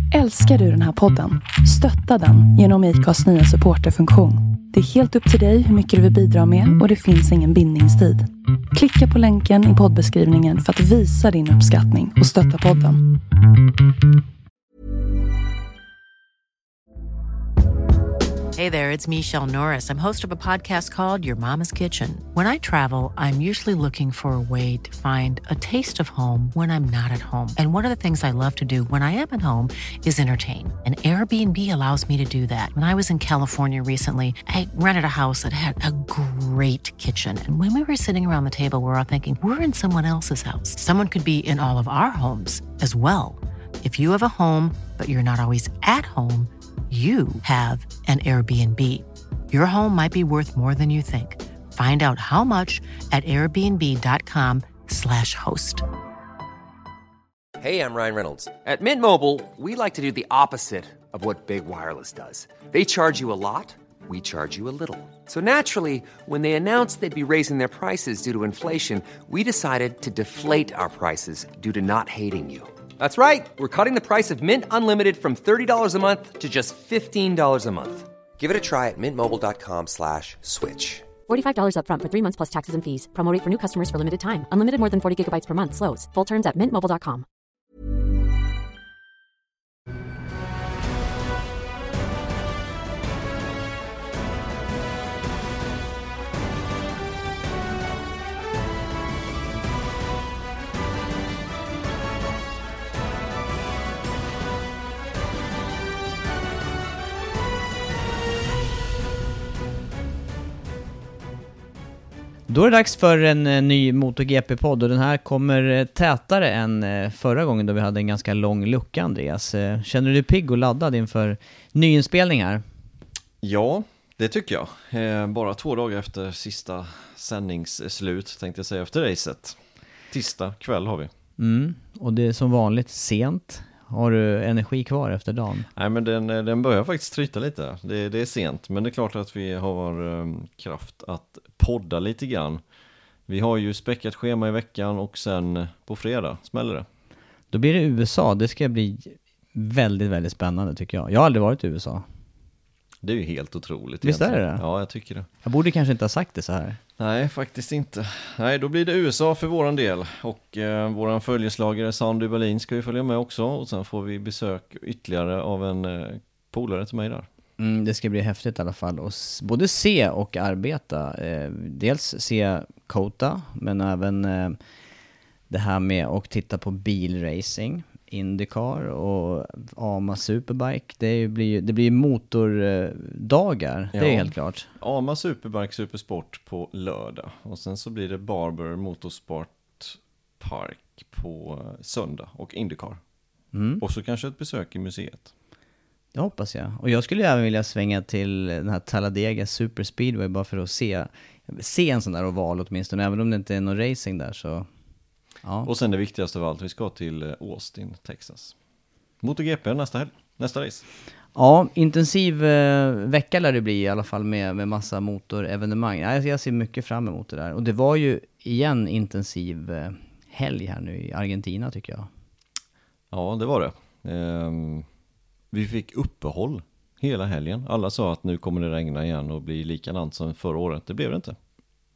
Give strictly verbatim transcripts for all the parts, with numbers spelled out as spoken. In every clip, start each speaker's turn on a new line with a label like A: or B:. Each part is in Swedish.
A: Älskar du den här podden? Stötta den genom I C A:s nya supporterfunktion. Det är helt upp till dig hur mycket du vill bidra med och det finns ingen bindningstid. Klicka på länken i poddbeskrivningen för att visa din uppskattning och stötta podden.
B: Hey there, it's Michelle Norris. I'm host of a podcast called Your Mama's Kitchen. When I travel, I'm usually looking for a way to find a taste of home when I'm not at home. And one of the things I love to do when I am at home is entertain. And Airbnb allows me to do that. When I was in California recently, I rented a house that had a great kitchen. And when we were sitting around the table, we were all thinking, we're in someone else's house. Someone could be in all of our homes as well. If you have a home, but you're not always at home, you have an Airbnb. Your home might be worth more than you think. Find out how much at airbnb.com slash host.
C: Hey, I'm Ryan Reynolds. At Mint Mobile, we like to do the opposite of what Big Wireless does. They charge you a lot, we charge you a little. So naturally, when they announced they'd be raising their prices due to inflation, we decided to deflate our prices due to not hating you. That's right. We're cutting the price of Mint Unlimited from thirty dollars a month to just fifteen dollars a month. Give it a try at mintmobile.com slash switch.
D: forty-five dollars up front for three months plus taxes and fees. Promo rate for new customers for limited time. Unlimited more than forty gigabytes per month. Slows full terms at mint mobile dot com.
E: Då är det dags för en eh, ny MotoGP-podd och den här kommer eh, tätare än eh, förra gången då vi hade en ganska lång lucka, Andreas. Eh, känner du dig pigg och laddad inför nyinspelningar?
F: Ja, det tycker jag. Eh, bara två dagar efter sista sändningsslut, tänkte jag säga, efter racet. Tisdag kväll har vi.
E: Mm, och det är som vanligt sent. Har du energi kvar efter dagen?
F: Nej, men den, den börjar faktiskt tryta lite. Det, det är sent, men det är klart att vi har um, kraft att podda lite grann. Vi har ju späckat schema i veckan och sen på fredag smäller det.
E: Då blir det U S A. Det ska bli väldigt, väldigt spännande tycker jag. Jag har aldrig varit i U S A.
F: Det är ju helt otroligt.
E: Visst
F: egentligen.
E: är det?
F: Ja, jag tycker det.
E: Jag borde kanske inte ha sagt det så här.
F: Nej, faktiskt inte. Nej, då blir det U S A för våran del. Och eh, våran följeslagare Sandy Berlin ska ju följa med också. Och sen får vi besök ytterligare av en eh, polare till mig där.
E: Mm, det ska bli häftigt i alla fall. Och s- både se och arbeta. Eh, dels se Kota, men även eh, det här med att titta på bilracing. IndyCar och A M A Superbike. Det, är ju, blir, det blir motordagar, ja. Det är helt klart.
F: A M A Superbike Supersport på lördag. Och sen så blir det Barber Motorsport Park på söndag och IndyCar. Mm. Och så kanske ett besök i museet.
E: Det hoppas jag. Och jag skulle även vilja svänga till den här Talladega Super Speedway bara för att se, se en sån där oval åtminstone. Även om det inte är någon racing där så... Ja.
F: Och sen det viktigaste av allt, vi ska till Austin, Texas. MotoGP nästa helg, nästa race.
E: Ja, intensiv eh, vecka lär det bli i alla fall med, med massa motorevenemang. Ja, jag ser mycket fram emot det där. Och det var ju igen intensiv eh, helg här nu i Argentina tycker jag.
F: Ja, det var det. Ehm, vi fick uppehåll hela helgen. Alla sa att nu kommer det regna igen och bli likadant som förra året. Det blev det inte.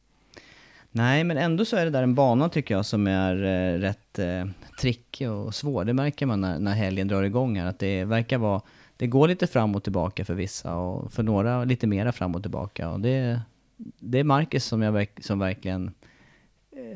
E: Nej, men ändå så är det där en bana tycker jag som är eh, rätt eh, trickig och svår. Det märker man när, när helgen drar igång här. Att det verkar vara, det går lite fram och tillbaka för vissa och för några lite mera fram och tillbaka. Och det, det är Marcus som, jag, som verkligen eh,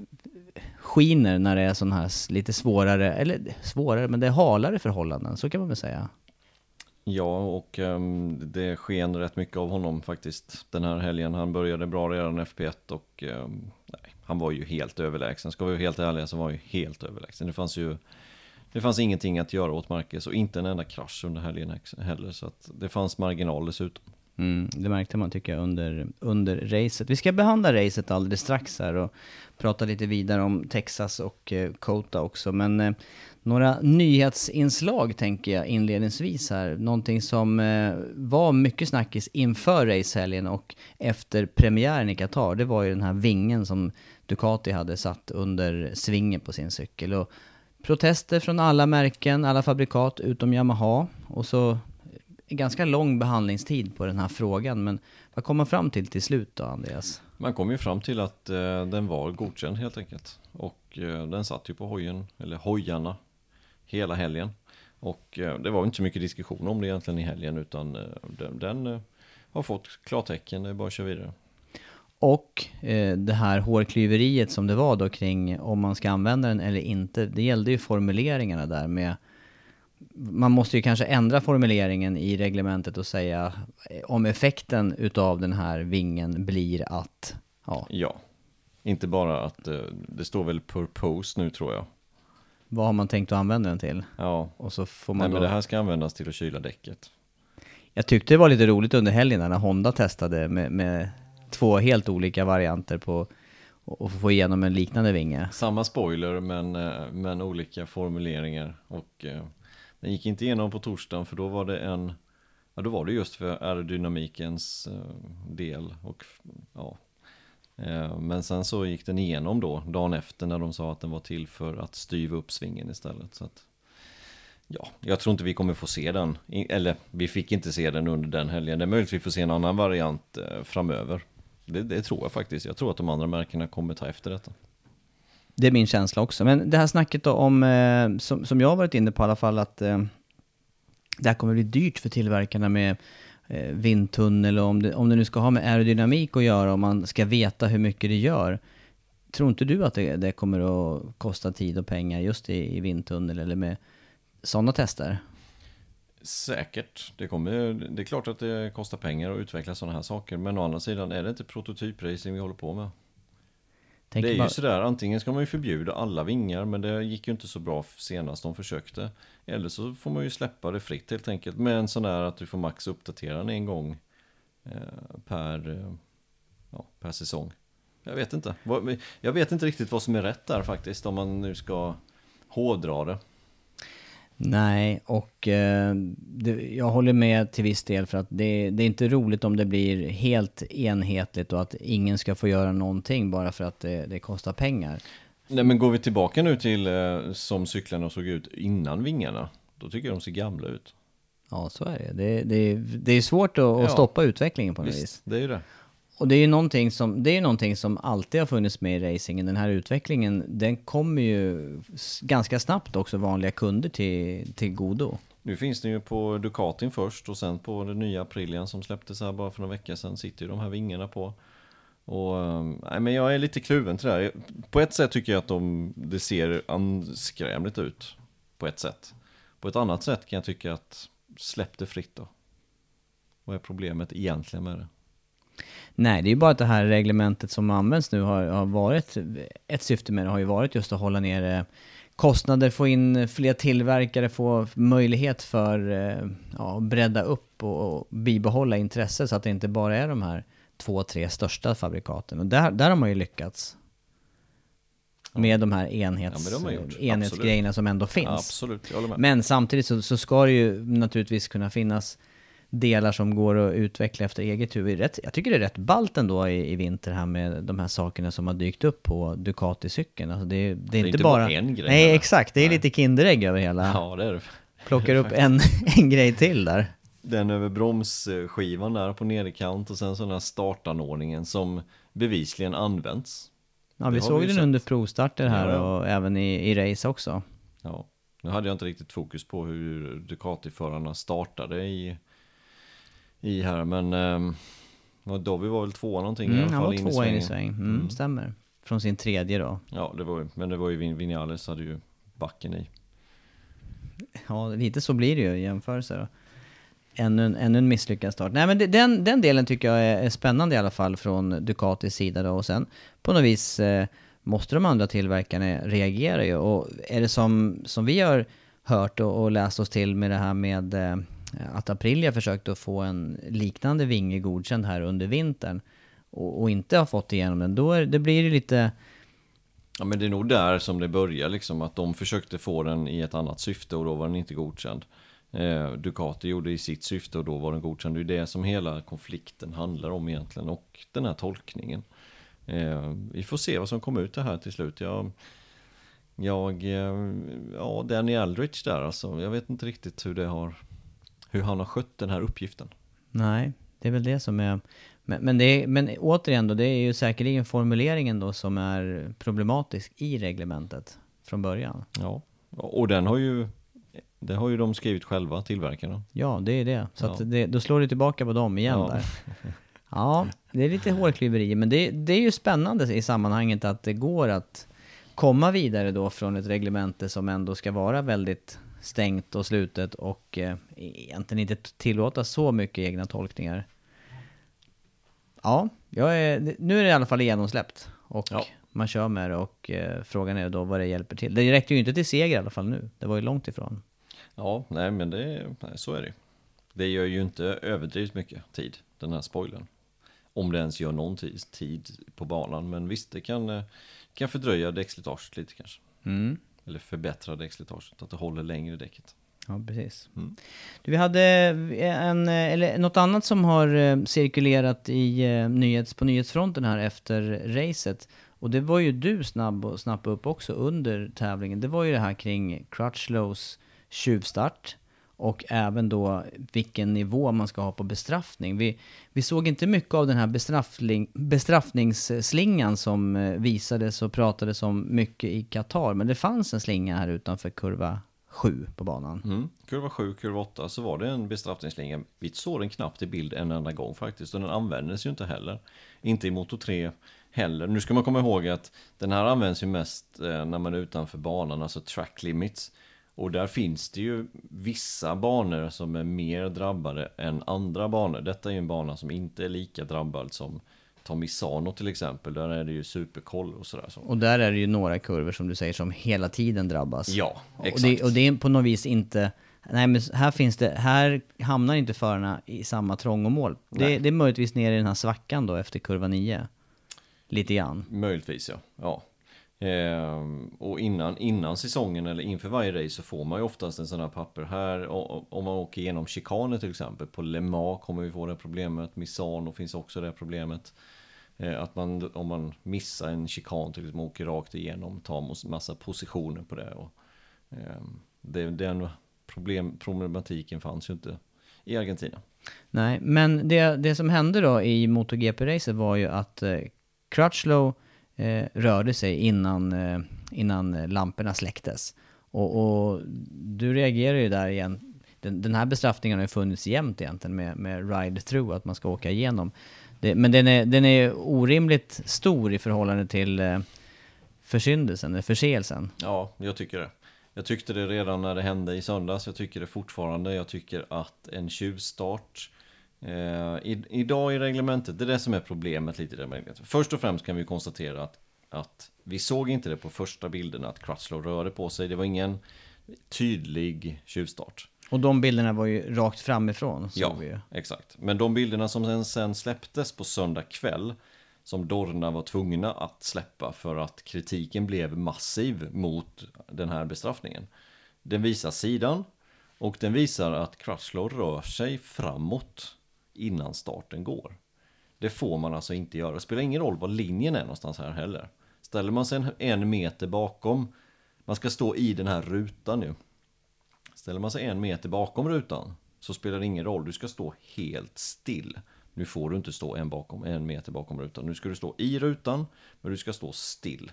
E: skiner när det är sån här lite svårare, eller svårare, men det är halare förhållanden, så kan man väl säga.
F: Ja, och um, det sken rätt mycket av honom faktiskt den här helgen. Han började bra redan F P ett och um, nej, han var ju helt överlägsen. Ska vi vara helt ärliga så var han ju helt överlägsen. Det fanns ju det fanns ingenting att göra åt Marcus och inte en enda krasch under helgen heller. Så att det fanns marginal dessutom.
E: Mm, det märkte man tycker jag under, under racet. Vi ska behandla racet alldeles strax här och prata lite vidare om Texas och eh, Kota också. Men eh, några nyhetsinslag tänker jag inledningsvis här. Någonting som eh, var mycket snackis inför racehelgen och efter premiären i Qatar. Det var ju den här vingen som Ducati hade satt under svingen på sin cykel. Och protester från alla märken, alla fabrikat utom Yamaha. Och så en ganska lång behandlingstid på den här frågan. Men vad kom man fram till till slut då, Andreas?
F: Man kom ju fram till att eh, den var godkänd helt enkelt. Och eh, den satt ju på hojen, eller hojarna, hela helgen. Och eh, det var inte så mycket diskussion om det egentligen i helgen, utan eh, den, den eh, har fått klartecken, det är bara att köra vidare.
E: Och eh, det här hårklyveriet som det var då kring om man ska använda den eller inte, det gällde ju formuleringarna där med, man måste ju kanske ändra formuleringen i reglementet och säga om effekten utav den här vingen blir att, ja.
F: Ja, inte bara att eh, det står väl purpose nu tror jag.
E: Vad har man tänkt att använda den till?
F: Ja,
E: och så får man
F: nej
E: då...
F: men det här ska användas till att kyla däcket.
E: Jag tyckte det var lite roligt under helgen när Honda testade med, med två helt olika varianter på och få igenom en liknande vinge.
F: Samma spoiler men, men olika formuleringar. Och eh, den gick inte igenom på torsdagen för då var det en, ja då var det just för aerodynamikens eh, del. Och, ja. eh, men sen så gick den igenom då dagen efter när de sa att den var till för att styva upp svingen istället. Så att, ja, jag tror inte vi kommer få se den. Eller vi fick inte se den under den helgen. Det är möjligt att vi får se en annan variant eh, framöver. Det, det tror jag faktiskt. Jag tror att de andra märkena kommer ta efter detta.
E: Det är min känsla också. Men det här snacket då om, eh, som, som jag har varit inne på i alla fall, att eh, det här kommer bli dyrt för tillverkarna med eh, vindtunnel och om det, om det nu ska ha med aerodynamik att göra, om man ska veta hur mycket det gör. Tror inte du att det, det kommer att kosta tid och pengar just i, i vindtunnel eller med sådana tester?
F: Säkert. Det, kommer, det är klart att det kostar pengar att utveckla sådana här saker. Men å andra sidan är det inte prototypracing vi håller på med. Tänk det är bara... ju sådär, antingen ska man ju förbjuda alla vingar, men det gick ju inte så bra senast de försökte. Eller så får man ju släppa det fritt helt enkelt. Med en sån där att du får max uppdatera den en gång eh, per, eh, ja, per säsong. Jag vet inte. Jag vet inte riktigt vad som är rätt där faktiskt, om man nu ska hårdra det.
E: Nej, och eh, det, jag håller med till viss del för att det, det är inte roligt om det blir helt enhetligt och att ingen ska få göra någonting bara för att det, det kostar pengar.
F: Nej, men går vi tillbaka nu till eh, som cyklarna såg ut innan vingarna, då tycker jag de ser gamla ut.
E: Ja, så är det. Det, det, det är svårt att, att
F: ja.
E: stoppa utvecklingen på något
F: Visst,
E: vis.
F: det är ju det.
E: Och det är ju någonting som, det är någonting som alltid har funnits med i racingen. Den här utvecklingen, den kommer ju ganska snabbt också vanliga kunder till, till godo.
F: Nu finns det ju på Ducatin först och sen på den nya Aprilian som släpptes här bara för några veckor sedan sitter ju de här vingarna på. Och nej, men jag är lite kluven till det här. På ett sätt tycker jag att de, det ser anskrämligt ut. På ett sätt. På ett annat sätt kan jag tycka att släpp det fritt då. Vad är problemet egentligen med det?
E: Nej, det är ju bara att det här reglementet som används nu har, har varit, ett syfte med det har ju varit just att hålla ner kostnader, få in fler tillverkare, få möjlighet för ja, att bredda upp och, och bibehålla intresse så att det inte bara är de här två, tre största fabrikaten. Och där, där har man ju lyckats med ja. de här enhets, ja, de enhetsgrejerna som ändå finns.
F: Ja, absolut, jag håller med.
E: Men samtidigt så, så ska det ju naturligtvis kunna finnas delar som går att utveckla efter eget huvud. Jag tycker det är rätt ballt ändå i, i vinter här med de här sakerna som har dykt upp på Ducati-cykeln. Alltså det, det, är det är inte bara, bara
F: en grej.
E: Nej,
F: eller?
E: exakt. Det är Nej. lite kinderägg över hela.
F: Ja, det är det.
E: Plockar upp en, en grej till där.
F: Den över bromsskivan där på nederkant och sen sån här startanordningen som bevisligen används.
E: Ja,
F: det
E: vi såg vi den sett. under provstarter här ja, ja. och även i, i race också.
F: Ja, nu hade jag inte riktigt fokus på hur Ducati-förarna startade i i här, men eh, Dovi var väl tvåa någonting
E: mm,
F: i alla fall
E: in i svängen. In i sväng. Mm, mm. Stämmer. Från sin tredje då.
F: Ja, det var ju, men det var ju Vin- Vinales hade ju backen i.
E: Ja, lite så blir det ju i jämförelse då. Ännu en, ännu en misslyckad start. Nej, men det, den, den delen tycker jag är, är spännande i alla fall från Ducatis sida då. Och sen på något vis eh, måste de andra tillverkarna reagera ju. Och är det som, som vi har hört och, och läst oss till med det här med eh, att Aprilia försökte att få en liknande vinge godkänd här under vintern och, och inte har fått igenom den, då är, det blir det lite...
F: Ja, men det är nog där som det börjar liksom, att de försökte få den i ett annat syfte och då var den inte godkänd. Eh, Ducati gjorde i sitt syfte och då var den godkänd. Det är det som hela konflikten handlar om egentligen och den här tolkningen. Eh, vi får se vad som kommer ut det här till slut. Jag... Jag, ja, Danny Aldrich där alltså. Jag vet inte riktigt hur det har, hur han har skött den här uppgiften.
E: Nej, det är väl det som är, men, men, det är, men återigen då, det är ju säkerligen formuleringen då som är problematisk i reglementet från början.
F: Ja, och den har ju, det har ju de skrivit själva, tillverkarna.
E: Ja, det är det. Så
F: ja.
E: att det, då slår det tillbaka på dem igen ja. där. Ja, det är lite hårklyveri, men det, det är ju spännande i sammanhanget att det går att komma vidare då från ett reglemente som ändå ska vara väldigt stängt och slutet och eh, egentligen inte tillåta så mycket egna tolkningar. Ja, jag är, nu är det i alla fall genomsläppt och ja. man kör med det och eh, frågan är då vad det hjälper till. Det räcker ju inte till seger i alla fall nu, det var ju långt ifrån.
F: Ja, nej men det, nej, så är det. Det gör ju inte överdrivet mycket tid, den här spoilern. Om det ens gör någon tid, tid på banan. Men visst, det kan, kan fördröja däckslitaget lite kanske.
E: Mm.
F: Eller förbättra däckslitaget, att det håller längre däcket.
E: Ja, precis.
F: Mm.
E: Du, vi hade en, eller något annat som har cirkulerat i nyhets, på nyhetsfronten här efter racet. Och det var ju du snabb och snappa upp också under tävlingen. Det var ju det här kring Crutchlows tjuvstart. Och även då vilken nivå man ska ha på bestraffning. Vi, vi såg inte mycket av den här bestraffning, bestraffningsslingan som visades och pratades om mycket i Qatar. Men det fanns en slinga här utanför kurva sju på banan.
F: Mm. Kurva sju, kurva åtta så var det en bestraffningsslinga. Vi såg den knappt i bild en enda gång faktiskt. Och den användes ju inte heller. Inte i Moto tre heller. Nu ska man komma ihåg att den här används ju mest eh, när man är utanför banan. Alltså track limits. Och där finns det ju vissa banor som är mer drabbade än andra banor. Detta är ju en bana som inte är lika drabbad som Tomisano till exempel. Där är det ju superkoll och sådär. Så.
E: Och där är det ju några kurvor som du säger som hela tiden drabbas.
F: Ja, exakt.
E: Och det, och det är på något vis inte... Nej, men här finns det... Här hamnar inte förarna i samma trångomål. Det, det är möjligtvis ner i den här svackan då efter kurva nio. Lite grann.
F: Möjligtvis, ja. Ja. Eh, och innan, innan säsongen eller inför varje race så får man ju oftast en sån här papper här, och, om man åker igenom chikaner till exempel på Le Mans kommer vi få det problemet, Misano finns också det problemet, eh, att man, om man missar en chikan till exempel, åker rakt igenom, tar massa positioner på det och eh, det, den problem, problematiken fanns ju inte i Argentina.
E: Nej, men det, det som hände då i MotoGP-racet var ju att eh, Crutchlow Eh, rörde sig innan, eh, innan lamporna släcktes. Och, och du reagerar ju där igen. Den, den här bestraffningen har ju funnits jämt egentligen med, med ride-through, att man ska åka igenom. Det, men den är, den är orimligt stor i förhållande till eh, försyndelsen, eller förseelsen.
F: Ja, jag tycker det. Jag tyckte det redan när det hände i söndags. Jag tycker det fortfarande. Jag tycker att en tjuvstart... Eh, i, idag i reglementet, det är det som är problemet lite i det reglementet. Först och främst kan vi konstatera att, att vi såg inte det på första bilderna att Crutchlow rörde på sig. Det var ingen tydlig tjuvstart.
E: Och de bilderna var ju rakt framifrån.
F: Ja,
E: vi ju.
F: Exakt. Men de bilderna som sen, sen släpptes på söndag kväll, som Dorna var tvungna att släppa för att kritiken blev massiv mot den här bestraffningen. Den visar sidan och den visar att Crutchlow rör sig framåt innan starten går. Det får man alltså inte göra. Det spelar ingen roll vad linjen är någonstans här heller. Ställer man sig en, en meter bakom, man ska stå i den här rutan nu. Ställer man sig en meter bakom rutan så spelar det ingen roll. Du ska stå helt still. Nu får du inte stå en, bakom, en meter bakom rutan. Nu ska du stå i rutan, men du ska stå still.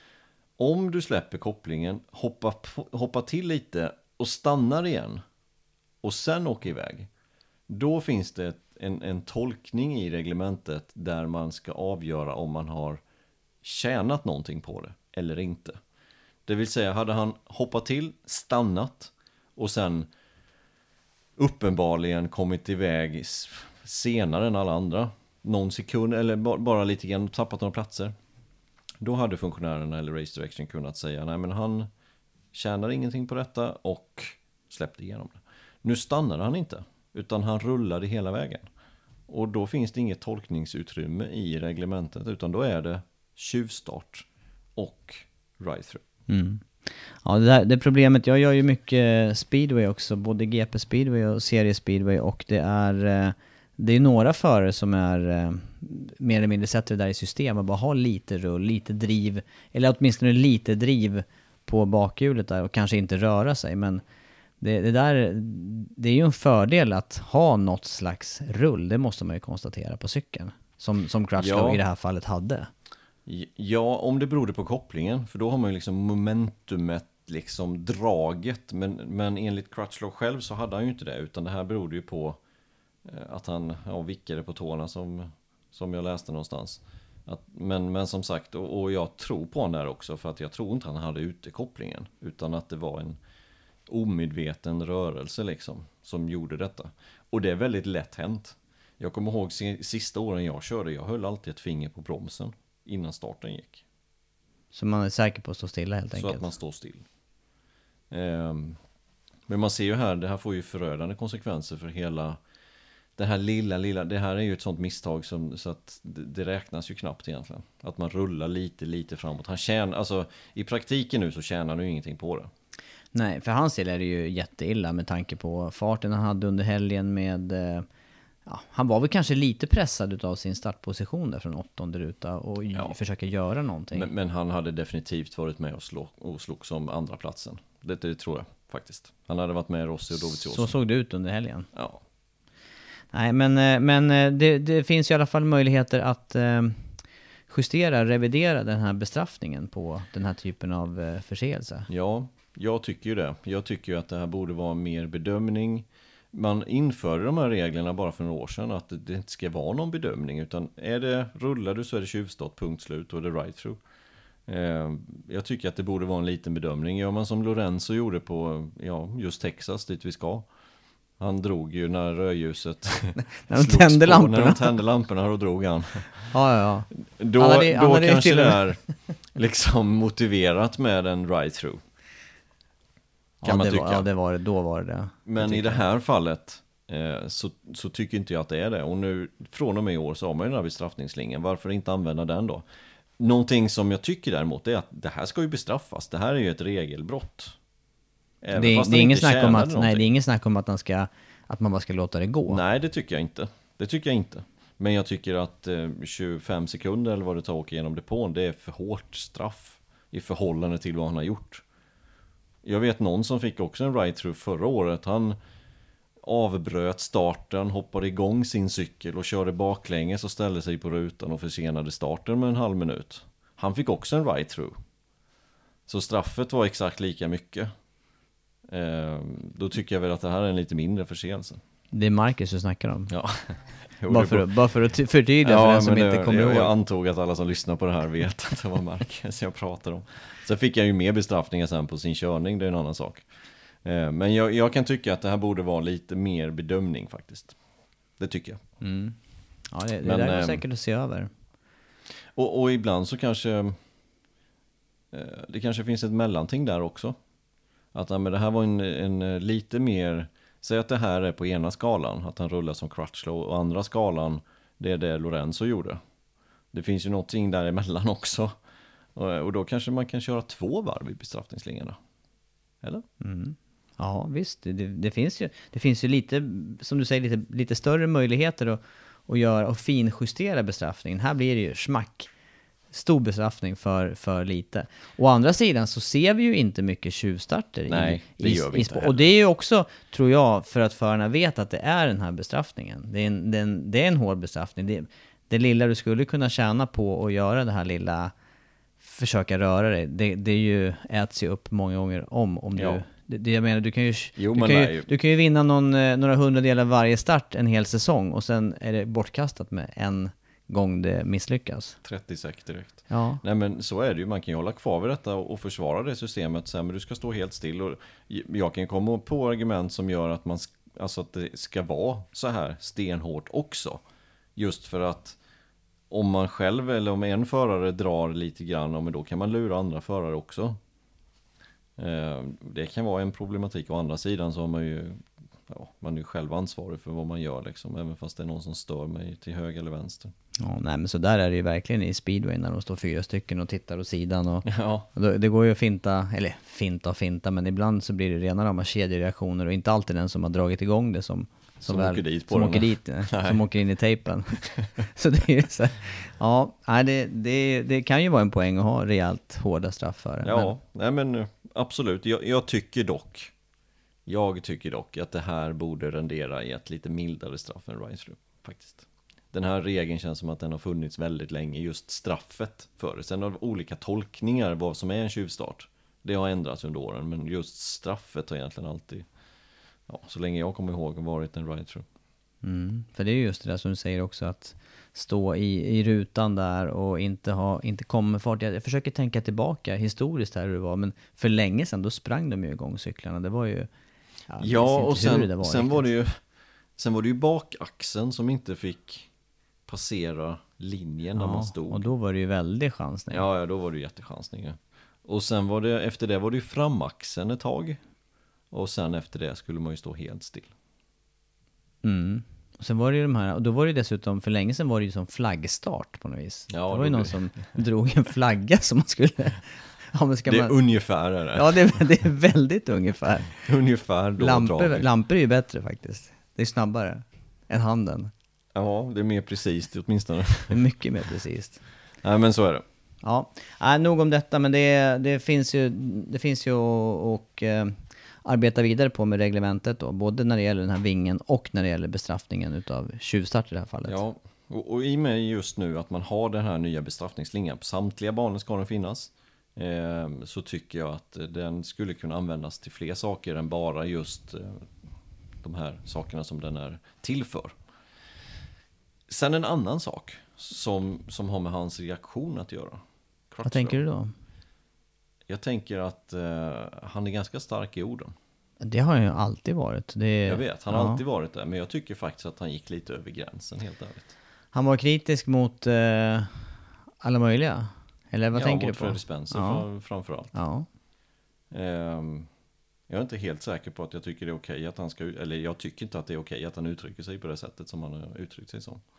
F: Om du släpper kopplingen, hoppa, hoppa till lite och stannar igen och sen åker iväg. Då finns det en, en tolkning i reglementet där man ska avgöra om man har tjänat någonting på det eller inte. Det vill säga, hade han hoppat till, stannat och sen uppenbarligen kommit iväg senare än alla andra, någon sekund eller bara lite grann tappat några platser, då hade funktionärerna eller Race Direction kunnat säga nej men han tjänar ingenting på detta och släppte igenom det. Nu stannar han inte, utan han rullade hela vägen. Och då finns det inget tolkningsutrymme i reglementet, utan då är det tjuvstart och ride-through.
E: Mm. Ja, det, där, det problemet, jag gör ju mycket speedway också, både G P speedway och serie speedway, och det är det är några förare som är mer eller mindre sätter det där i system och bara har lite rull, lite driv, eller åtminstone lite driv på bakhjulet där och kanske inte röra sig. Men det, det, där, det är ju en fördel att ha något slags rull, det måste man ju konstatera på cykeln. Som, som Crutchlow
F: ja.
E: i det här fallet hade.
F: Ja, om det berodde på kopplingen, för då har man ju liksom momentumet, liksom draget. Men, men enligt Crutchlow själv så hade han ju inte det, utan det här berodde ju på att han ja, vickade på tårna som, som jag läste någonstans. Att, men, men som sagt, och, och jag tror på honom där också, för att jag tror inte han hade utekopplingen, utan att det var en omedveten rörelse liksom som gjorde detta. Och det är väldigt lätt hänt. Jag kommer ihåg sista åren jag körde, jag höll alltid ett finger på bromsen innan starten gick.
E: Så man är säker på att stå stilla helt enkelt?
F: Så att man står still. Um, men man ser ju här, det här får ju förödande konsekvenser för hela det här lilla, lilla, det här är ju ett sånt misstag som, så att det, det räknas ju knappt egentligen. Att man rullar lite, lite framåt. Han tjänar, alltså i praktiken nu så tjänar han ju ingenting på det.
E: Nej, för hans del är det ju jätteilla med tanke på farten han hade under helgen med... Ja, han var väl kanske lite pressad av sin startposition där från åttonde ruta och ja. försöka göra någonting.
F: Men, men han hade definitivt varit med och, slå, och slog som andra platsen. Det, det tror jag faktiskt. Han hade varit med Rossi och Dovizioso.
E: Så såg det ut under helgen.
F: Ja.
E: Nej, men, men det, det finns i alla fall möjligheter att eh, justera, revidera den här bestraffningen på den här typen av eh, förseelse.
F: Ja, jag tycker ju det. Jag tycker ju att det här borde vara mer bedömning. Man införde de här reglerna bara för några år sedan att det inte ska vara någon bedömning, utan är det rullar du så är det tjuvstart, punkt slut, och det är right through. Eh, jag tycker att det borde vara en liten bedömning. Gör man som Lorenzo gjorde på ja, just Texas dit vi ska. Han drog ju när rödljuset
E: när de tände på, lamporna.
F: När de tände lamporna och drog han.
E: Ja, ja.
F: Då, hade, då hade kanske det är liksom motiverat med en right through. Kan
E: ja,
F: man
E: det
F: tycka.
E: Var, ja, det var det. Då var det.
F: Men i det här fallet eh, så, så tycker inte jag att det är det. Och nu, från och med i år så har man ju den här bestraffningslinjen. Varför inte använda den då? Någonting som jag tycker däremot är att det här ska ju bestraffas. Det här är ju ett regelbrott.
E: Även det, det, är ingen snack om att, nej, det är ingen snack om att, man ska, att man bara ska låta det gå.
F: Nej, det tycker jag inte. Det tycker jag inte. Men jag tycker att eh, tjugofem sekunder eller vad det tar att åka igenom depån, det är för hårt straff i förhållande till vad han har gjort. Jag vet någon som fick också en ride-through förra året. Han avbröt starten, hoppade igång sin cykel och körde baklänges och ställde sig på rutan och försenade starten med en halv minut. Han fick också en ride-through. Så straffet var exakt lika mycket. Eh, då tycker jag väl att det här är en lite mindre förseelse.
E: Det är Marcus du snackar om.
F: Ja. Jo,
E: bara, för, bara för att förtydliga
F: ja,
E: för den som
F: det,
E: inte kommer
F: jag,
E: ihåg.
F: Jag antog att alla som lyssnar på det här vet att det var Marcus jag pratar om. Sen fick jag ju mer bestraffningar sen på sin körning, det är en annan sak. Eh, men jag, jag kan tycka att det här borde vara lite mer bedömning faktiskt. Det tycker jag.
E: Mm. Ja, det, det
F: men,
E: där är
F: eh,
E: säkert att se över.
F: Och, och ibland så kanske eh, det kanske finns ett mellanting där också. Att ja, men det här var en, en lite mer... Säg att det här är på ena skalan, att han rullar som Crutchlow, och andra skalan, det är det Lorenzo gjorde. Det finns ju någonting däremellan också. Och, och då kanske man kan köra två varv i bestraffningslinjerna. Eller?
E: Mm. Ja, visst. Det, det, finns ju, det finns ju lite, som du säger, lite, lite större möjligheter att, att göra och finjustera bestraffningen. Här blir det ju smack. Stor bestraffning för, för lite. Å andra sidan så ser vi ju inte mycket tjuvstarter.
F: Nej,
E: i,
F: det
E: i,
F: gör vi
E: i,
F: inte.
E: Och det är ju också, tror jag, för att förarna vet att det är den här bestraffningen. Det är en, det är en, det är en hård bestraffning. Det, det lilla du skulle kunna tjäna på att göra det här lilla, försöka röra dig, det, det är ju äts ju upp många gånger om. om
F: ja.
E: du, det, det jag menar, du kan ju,
F: jo,
E: du, kan ju, ju. du kan ju vinna någon, några hundradelar varje start en hel säsong, och sen är det bortkastat med en gång det misslyckas.
F: trettio sek direkt.
E: Ja.
F: Nej, men så är det ju. Man kan ju hålla kvar vid detta och försvara det systemet. Sen, men du ska stå helt still. Och jag kan komma på argument som gör att, man, alltså att det ska vara så här stenhårt också. Just för att om man själv eller om en förare drar lite grann, men då kan man lura andra förare också. Det kan vara en problematik. Å andra sidan så har man ju, ja, man är ju själv ansvarig för vad man gör liksom, även fast det är någon som stör mig till höger eller vänster.
E: Ja, nej, men så där är det ju verkligen i speedway när de står fyra stycken och tittar åt sidan, och,
F: ja.
E: och då, det går ju att finta, eller finta och finta, men ibland så blir det rena rama kedjereaktioner, och inte alltid den som har dragit igång det som som,
F: som
E: väl,
F: åker dit på
E: som
F: den.
E: åker dit, som åker in i tejpen. Så det är ju så här, ja, nej, det, det, det kan ju vara en poäng att ha rejält hårda straff för det.
F: Ja, men... nej men absolut. Jag, jag tycker dock, jag tycker dock att det här borde rendera i ett lite mildare straff än ride-through, faktiskt. Den här regeln känns som att den har funnits väldigt länge, just straffet för det. Sen har olika tolkningar vad som är en tjuvstart. Det har ändrats under åren, men just straffet har egentligen alltid, ja, så länge jag kommer ihåg, varit en ride-through.
E: Mm, för det är just det där som du säger också, att stå i, i rutan där och inte, ha, inte komma med fart. Jag, jag försöker tänka tillbaka historiskt här hur det var, men för länge sedan då sprang de ju igång cyklarna. Det var ju... Ja,
F: ja och sen,
E: det var,
F: sen, var det ju, sen var det ju bakaxeln som inte fick passera linjen när
E: ja,
F: man stod.
E: Och då var det ju väldigt chansning.
F: Ja, ja, då var det ju jättechansning. Ja. Och sen var det, efter det var det ju framaxeln ett tag. Och sen efter det skulle man ju stå helt still.
E: Mm. Och sen var det ju de här, och då var det dessutom, för länge sedan var det ju som flaggstart på något vis.
F: Ja,
E: det var ju någon
F: det...
E: som drog en flagga som man skulle... Ja, men ska
F: det är
E: man...
F: ungefär är det.
E: Ja, det är, det är väldigt ungefär.
F: Ungefär då
E: lampor, lampor är ju bättre faktiskt. Det är snabbare än handen.
F: Ja, det är mer precis åtminstone.
E: Det är mycket mer precis.
F: Nej, men så är det.
E: Ja, äh, nog om detta, men det, det finns ju, det finns ju och eh, arbeta vidare på med reglementet då, både när det gäller den här vingen och när det gäller bestraffningen utav tjuvstart i det här fallet.
F: Ja, och, och i och med just nu att man har den här nya bestraffningslinjen på samtliga banor ska den finnas, eh, så tycker jag att den skulle kunna användas till fler saker än bara just eh, de här sakerna som den är till för. Sen en annan sak som, som har med hans reaktion att göra. Crutchlow.
E: Vad tänker du då?
F: Jag tänker att eh, han är ganska stark i orden.
E: Det har han ju alltid varit. Det är,
F: jag vet, han har
E: ja.
F: alltid varit det. Men jag tycker faktiskt att han gick lite över gränsen, helt ärligt.
E: Han var kritisk mot eh, alla möjliga. Eller vad
F: ja,
E: tänker du
F: på?
E: Ja,
F: Freddie Spencer ja. framförallt.
E: Ja.
F: Um, jag är inte helt säker på att jag tycker det är okej att han ska... Eller jag tycker inte att det är okej att han uttrycker sig på det sättet som han har uttryckt sig som.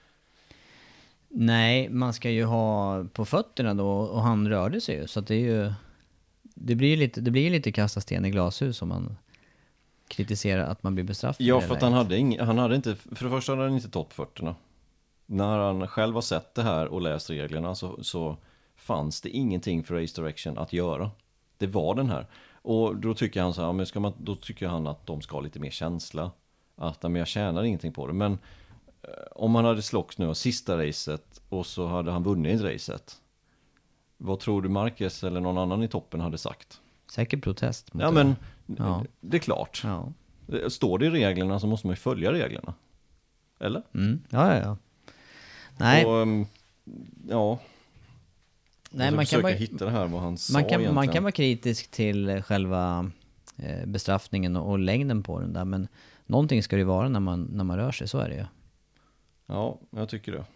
E: Nej, man ska ju ha på fötterna då, och han rörde sig ju, så att det är ju det blir lite det blir lite kasta sten i glashus om man kritiserar att man blir bestraffad.
F: Ja, för att han hade ing, han hade inte för det första hade han inte tagit fötterna. När han själv har sett det här och läst reglerna så, så fanns det ingenting för Race Direction att göra. Det var den här. Och då tycker han så här, men ska man, då tycker han att de ska ha lite mer känsla, att men jag tjänar ingenting på det. Men om han hade slogs nu sista racet och så hade han vunnit racet, vad tror du Marquez eller någon annan i toppen hade sagt?
E: Säkert protest mot
F: ja,
E: det.
F: men
E: ja.
F: Det är klart.
E: Ja.
F: Står det i reglerna så måste man ju följa reglerna. Eller?
E: Mm. Ja, ja, ja. Nej.
F: Och, ja.
E: Nej, man kan bara
F: hitta det här vad han sa
E: man kan,
F: egentligen.
E: man kan vara kritisk till själva eh, bestraffningen och, och längden på den där, men någonting ska det ju vara när man, när man rör sig, så är det ju.
F: Ja, jag tycker det.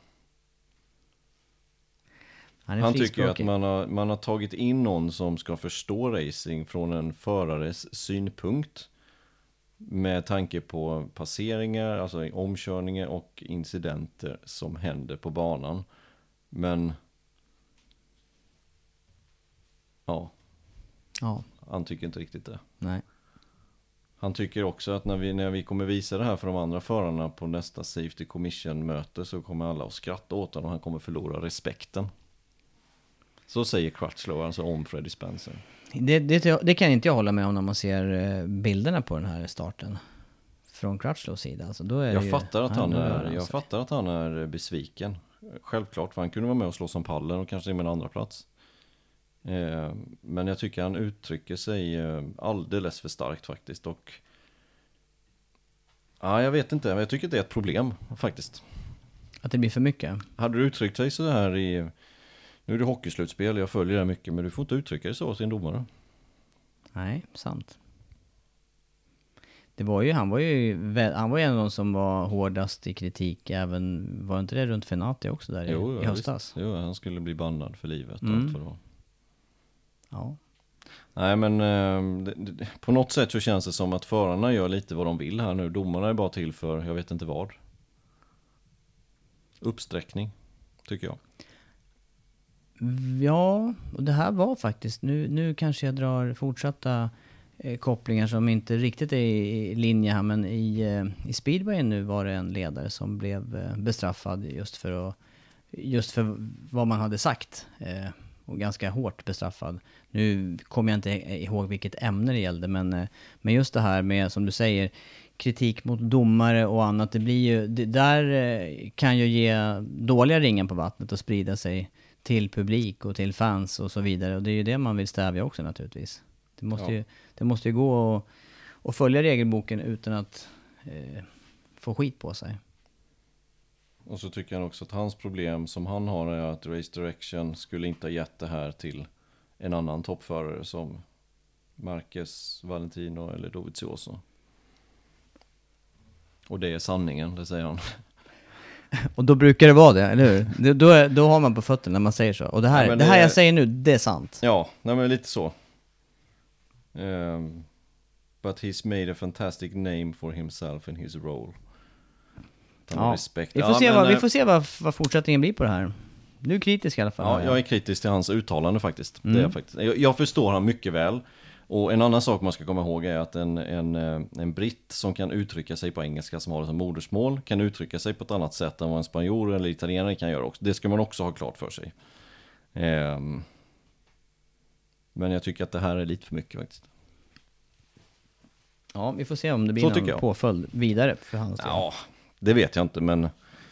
E: Han,
F: Han tycker ju att man har, man har tagit in någon som ska förstå racing från en förares synpunkt med tanke på passeringar, alltså omkörningar och incidenter som händer på banan. Men ja,
E: ja.
F: han tycker inte riktigt det.
E: Nej.
F: Han tycker också att när vi, när vi kommer visa det här för de andra förarna på nästa Safety Commission-möte så kommer alla att skratta åt honom och han kommer förlora respekten. Så säger Crutchlow, alltså om Freddie Spencer.
E: Det, det, det kan inte jag hålla med om när man ser bilderna på den här starten från Crutchlows sida. Alltså då är
F: jag,
E: ju,
F: fattar att han är, jag
E: sig.
F: fattar att han är besviken. Självklart, för han kunde vara med och slå som pallen och kanske med en andra plats. Eh, men jag tycker han uttrycker sig eh, alldeles för starkt faktiskt. Och ja, jag vet inte, jag tycker det är ett problem faktiskt.
E: Att det blir för mycket?
F: Hade du uttryckt dig så här i... Nu är det hockeyslutspel, jag följer det mycket, men du får inte uttrycka dig så till en domare.
E: Nej, sant. Det var ju, han var ju, han var ju en av de som var hårdast i kritik, även, var inte det runt Fenati också där
F: jo,
E: i,
F: ja,
E: i höstas?
F: Visst. Jo, han skulle bli bannad för livet.
E: Mm.
F: Allt vad det var.
E: Ja.
F: Nej, men eh, det, det, på något sätt så känns det som att förarna gör lite vad de vill här nu. Domarna är bara till för, jag vet inte vad. Uppsträckning, tycker jag.
E: Ja, och det här var faktiskt, nu, nu kanske jag drar fortsatta eh, kopplingar som inte riktigt är i, i linje här, men i, eh, i speedway nu var det en ledare som blev eh, bestraffad just för, att, just för vad man hade sagt. Eh, och ganska hårt bestraffad. Nu kommer jag inte ihåg vilket ämne det gällde, men, men just det här med, som du säger, kritik mot domare och annat, det blir ju, det där kan ju ge dåliga ringen på vattnet och sprida sig till publik och till fans och så vidare. Och det är ju det man vill stävja också naturligtvis. Det måste, ja. ju, det måste ju gå att, att följa regelboken utan att eh, få skit på sig.
F: Och så tycker jag också att hans problem som han har är att Race Direction skulle inte ha gett det här till en annan toppförare som Marquez, Valentino eller Dovizioso. Och det är sanningen, det säger han.
E: Och då brukar det vara det, eller hur? Då, är, då har man på fötterna när man säger så. Och det här, ja, det, det här jag säger nu, det är sant.
F: Ja, nej, men lite så. Um, but he's made a fantastic name for himself in his role.
E: Ja, respekt. Vi får ja, se, men, vad, vi får se vad, vad fortsättningen blir på det här. Du är kritisk i alla fall.
F: Ja, jag är kritisk till hans uttalande faktiskt. Mm. Det är jag, faktiskt. Jag, jag förstår han mycket väl. Och en annan sak man ska komma ihåg är att en, en, en britt som kan uttrycka sig på engelska, som har det som modersmål, kan uttrycka sig på ett annat sätt än vad en spanjor eller italienare kan göra också. Det ska man också ha klart för sig. Um, men jag tycker att det här är lite för mycket faktiskt.
E: Ja, vi får se om det blir så någon påföljd vidare för hans del.
F: Ja, det vet jag inte, men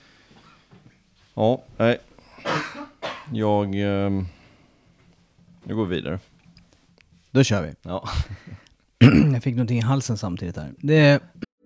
F: ja, nej. Jag um, jag går vidare.
E: Då kör vi.
F: Ja.
E: Jag fick någonting i halsen samtidigt här. Det...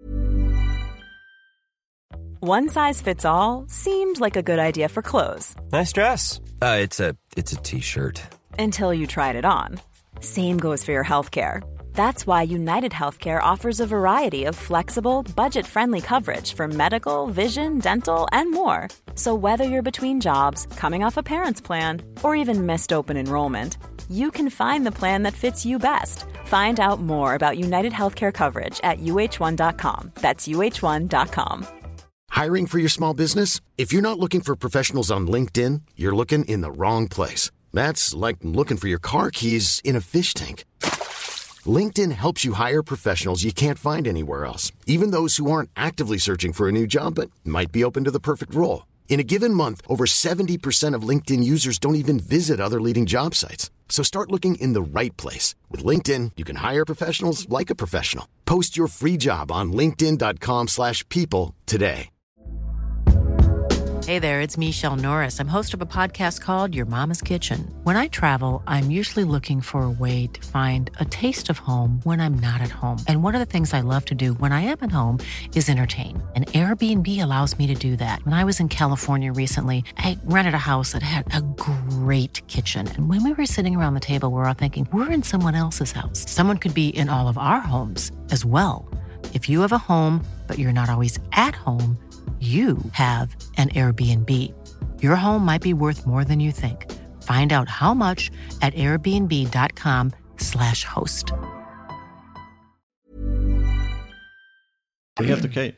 G: One size fits all seemed like a good idea for clothes.
H: Nice dress. Uh, it's a it's a t-shirt.
G: Until you tried it on. Same goes for your healthcare. That's why United Healthcare offers a variety of flexible, budget-friendly coverage for medical, vision, dental, and more. So whether you're between jobs, coming off a parent's plan, or even missed open enrollment, you can find the plan that fits you best. Find out more about United Healthcare coverage at U H one dot com. That's U H one dot com.
I: Hiring for your small business? If you're not looking for professionals on LinkedIn, you're looking in the wrong place. That's like looking for your car keys in a fish tank. LinkedIn helps you hire professionals you can't find anywhere else, even those who aren't actively searching for a new job but might be open to the perfect role. In a given month, over seventy percent of LinkedIn users don't even visit other leading job sites. So start looking in the right place. With LinkedIn, you can hire professionals like a professional. Post your free job on linkedin dot com slash people today.
B: Hey there, it's Michelle Norris. I'm host of a podcast called Your Mama's Kitchen. When I travel, I'm usually looking for a way to find a taste of home when I'm not at home. And one of the things I love to do when I am at home is entertain. And Airbnb allows me to do that. When I was in California recently, I rented a house that had a great kitchen. And when we were sitting around the table, we were all thinking, we're in someone else's house. Someone could be in all of our homes as well. If you have a home, but you're not always at home, you have an Airbnb. Your home might be worth more than you think. Find out how much at airbnb dot com slash host.
F: Det är helt okej.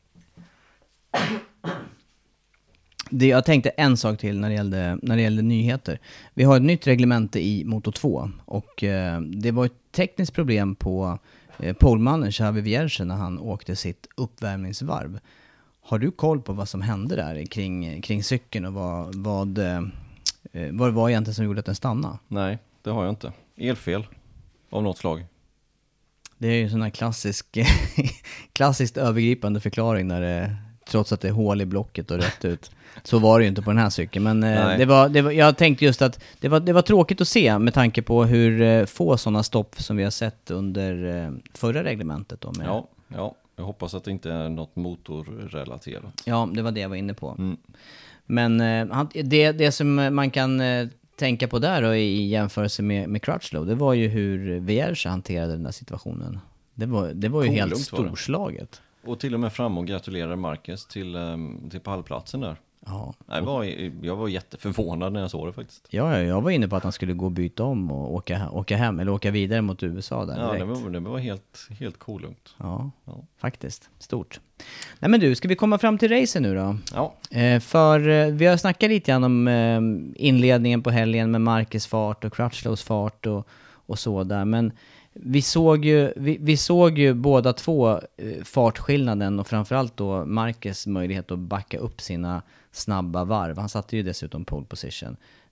E: Det, jag tänkte en sak till när det gällde, när det gällde nyheter. Vi har ett nytt reglemente i Moto två och eh, det var ett tekniskt problem på eh, polmannen Xavi Vierge när han åkte sitt uppvärmningsvarv. Har du koll på vad som hände där kring, kring cykeln och vad, vad, eh, vad det var egentligen som gjorde att den stannade?
F: Nej, det har jag inte. Elfel av något slag.
E: Det är ju en sån här klassisk, klassiskt övergripande förklaring när det, trots att det är hål i blocket och rätt ut. Så var det ju inte på den här cykeln. Men eh, det var, det var, jag tänkte just att det var, det var tråkigt att se med tanke på hur eh, få sådana stopp som vi har sett under eh, förra reglementet. Då med.
F: Ja, ja. Jag hoppas att det inte är något motorrelaterat.
E: Ja, det var det jag var inne på.
F: Mm.
E: Men eh, det, det som man kan eh, tänka på där då, i jämförelse med, med Crutchlow, det var ju hur Vierge hanterade den här situationen. Det var, det var ju helt storslaget.
F: Och till och med fram och gratulerade Marquez till, till pallplatsen där.
E: Ja.
F: Jag var, jag var jätteförvånad när jag såg det faktiskt.
E: Ja, jag var inne på att han skulle gå och byta om och åka, åka hem eller åka vidare mot U S A där direkt.
F: Ja, det var, det var helt, helt cool lugnt.
E: Ja, ja, faktiskt. Stort. Nej men du, ska vi komma fram till racen nu då?
F: Ja.
E: Eh, för eh, vi har snackat lite grann om eh, inledningen på helgen med Marquez fart och Crutchlows fart och, och så där. Men vi såg ju, vi, vi såg ju båda två eh, fartskillnaden och framförallt då Marquez möjlighet att backa upp sina snabba varv. Han satte ju dessutom pole position.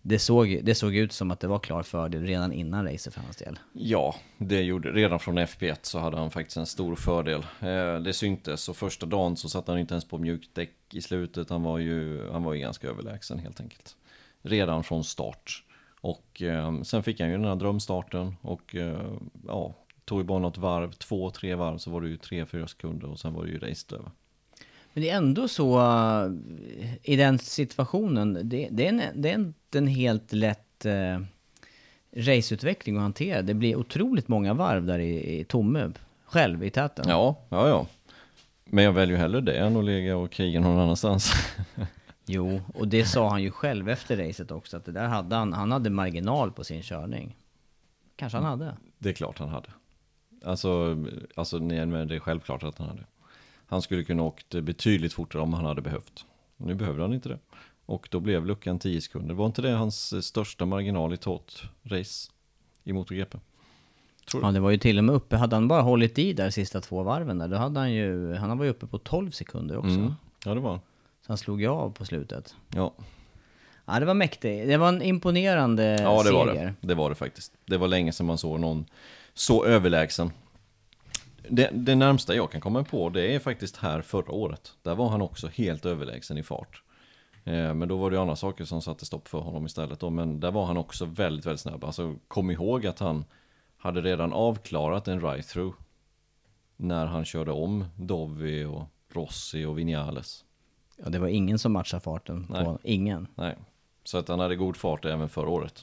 E: det såg, det såg ut som att det var klar fördel redan innan racet för hans del.
F: Ja, det gjorde redan från F P ett så hade han faktiskt en stor fördel. Eh, det syntes, och första dagen så satt han inte ens på mjukdäck i slutet. Han var ju, han var ju ganska överlägsen helt enkelt. Redan från start. Och eh, sen fick han ju den här drömstarten och eh, ja, tog ju bara något varv, två, tre varv, så var det ju tre, fyra sekunder och sen var det ju racet över.
E: Men det är ändå så uh, i den situationen, det, det, är, en, det är inte en helt lätt uh, raceutveckling att hantera. Det blir otroligt många varv där i, i tomme själv i täten.
F: Ja, ja, ja. Men jag väljer ju hellre det än att ligga och kriga någon annanstans.
E: Jo, och det sa han ju själv efter racet också, att det där hade han, han hade marginal på sin körning. Kanske han hade.
F: Det är klart han hade. Alltså, alltså nej, men det är självklart att han hade. Han skulle kunna åkt betydligt fortare om han hade behövt. Nu behövde han inte det. Och då blev luckan tio sekunder. Var inte det hans största marginal i tot race i MotoGP? Tror du?
E: Ja, det var ju till och med uppe. Hade han bara hållit i där sista två varven där, då hade han ju, han var ju uppe på tolv sekunder också.
F: Mm. Ja, det var han.
E: Så han slog ju av på slutet.
F: Ja.
E: Ja, det var mäktigt. Det var en imponerande
F: ja, det
E: seger.
F: Var det. det var det faktiskt. Det var länge sedan man såg någon så överlägsen. Det, det närmsta jag kan komma på, det är faktiskt här förra året. Där var han också helt överlägsen i fart. Eh, men då var det andra saker som satte stopp för honom istället. Då. Men där var han också väldigt, väldigt snabb. Alltså, kom ihåg att han hade redan avklarat en ride-through när han körde om Dovi och Rossi och Vinales.
E: Ja, det var ingen som matchade farten på.
F: Nej.
E: Ingen.
F: Nej, så att han hade god fart även förra året.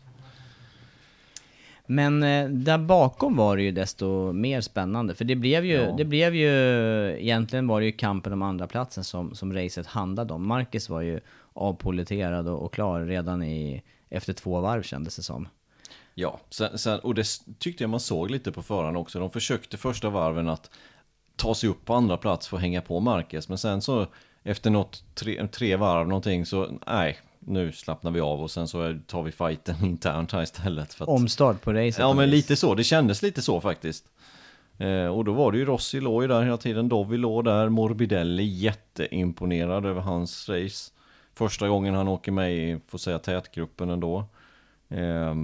E: Men eh, där bakom var det ju desto mer spännande. För det blev ju, ja. det blev ju egentligen var det ju kampen om andra platsen som, som racet handlade om. Marcus var ju avpoliterad och, och klar redan i, efter två varv kändes det som.
F: Ja, sen, sen, och det tyckte jag man såg lite på förhand också. De försökte första varven att ta sig upp på andra plats för att hänga på Marcus. Men sen så efter något tre, tre varv någonting så nej, nu slappnar vi av och sen så tar vi fighten internt här istället. För att,
E: omstart på racet.
F: Ja, men lite så. Det kändes lite så faktiskt. Eh, och då var det ju Rossi låg ju där hela tiden. Dovi låg där. Morbidelli jätteimponerad över hans race. Första gången han åker med i, får säga, tätgruppen ändå. Eh,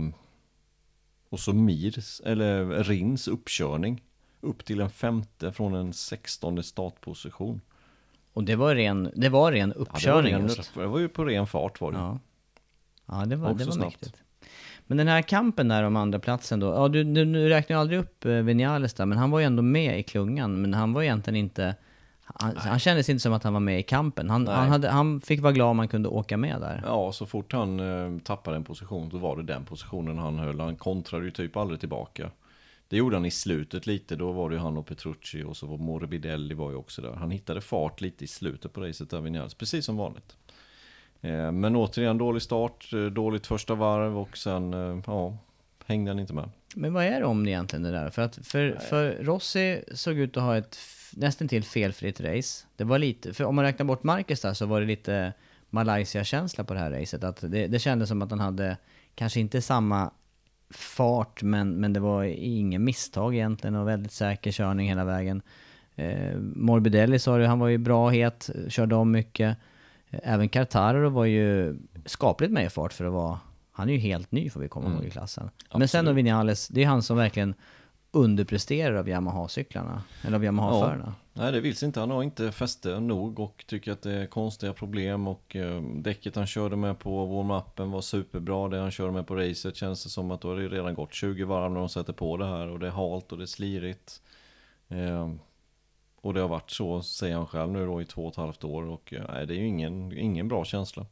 F: och så Mirs, eller Rins uppkörning. Upp till en femte från en sextonde startposition.
E: Och det var ren, det var ren uppkörning.
F: Ja, det, var ren,
E: just.
F: det var ju på ren fart var det.
E: Ja, ja det var, det var
F: snabbt.
E: mäktigt. Men den här kampen där om andra platsen då. Ja, du, du, du räknar ju aldrig upp eh, Vinales där, men han var ju ändå med i klungan. Men han var egentligen inte, han, han kändes inte som att han var med i kampen. Han, han, hade, han fick vara glad om man kunde åka med där.
F: Ja, så fort han eh, tappade en position, då var det den positionen han höll. Han kontrade ju typ aldrig tillbaka. Det gjorde han i slutet lite, då var det ju han och Petrucci och så var Morbidelli var ju också där. Han hittade fart lite i slutet på racet där Vinales, precis som vanligt. Eh, men återigen dålig start, dåligt första varv och sen eh, ja, hängde han inte med.
E: Men vad är det om det egentligen det där? För, att, för, för Rossi såg ut att ha ett nästan till felfritt race. Det var lite, för om man räknar bort Marcus där så var det lite Malaysia-känsla på det här racet. Att det, det kändes som att han hade kanske inte samma fart, men, men det var ingen misstag egentligen och väldigt säker körning hela vägen. Eh, Morbidelli sa det, han var ju bra het, körde om mycket. Eh, även Quartararo var ju skapligt med i fart för att vara, han är ju helt ny får vi komma ihåg mm. i klassen.
F: Absolut. Men
E: sen då Vinales, det är han som verkligen underpresterar av Yamaha-cyklarna, eller av Yamaha-förarna.
F: Ja. Nej, det vill inte. Han har inte fäste nog och tycker att det är konstiga problem och eh, däcket han körde med på warm-upen var superbra. Det han körde med på racet känns det som att då har det redan gått tjugo varv när de sätter på det här och det är halt och det är slirigt. Eh, och det har varit så, säger han själv nu då, i två och ett halvt år och eh, nej, det är ju ingen, ingen bra känsla.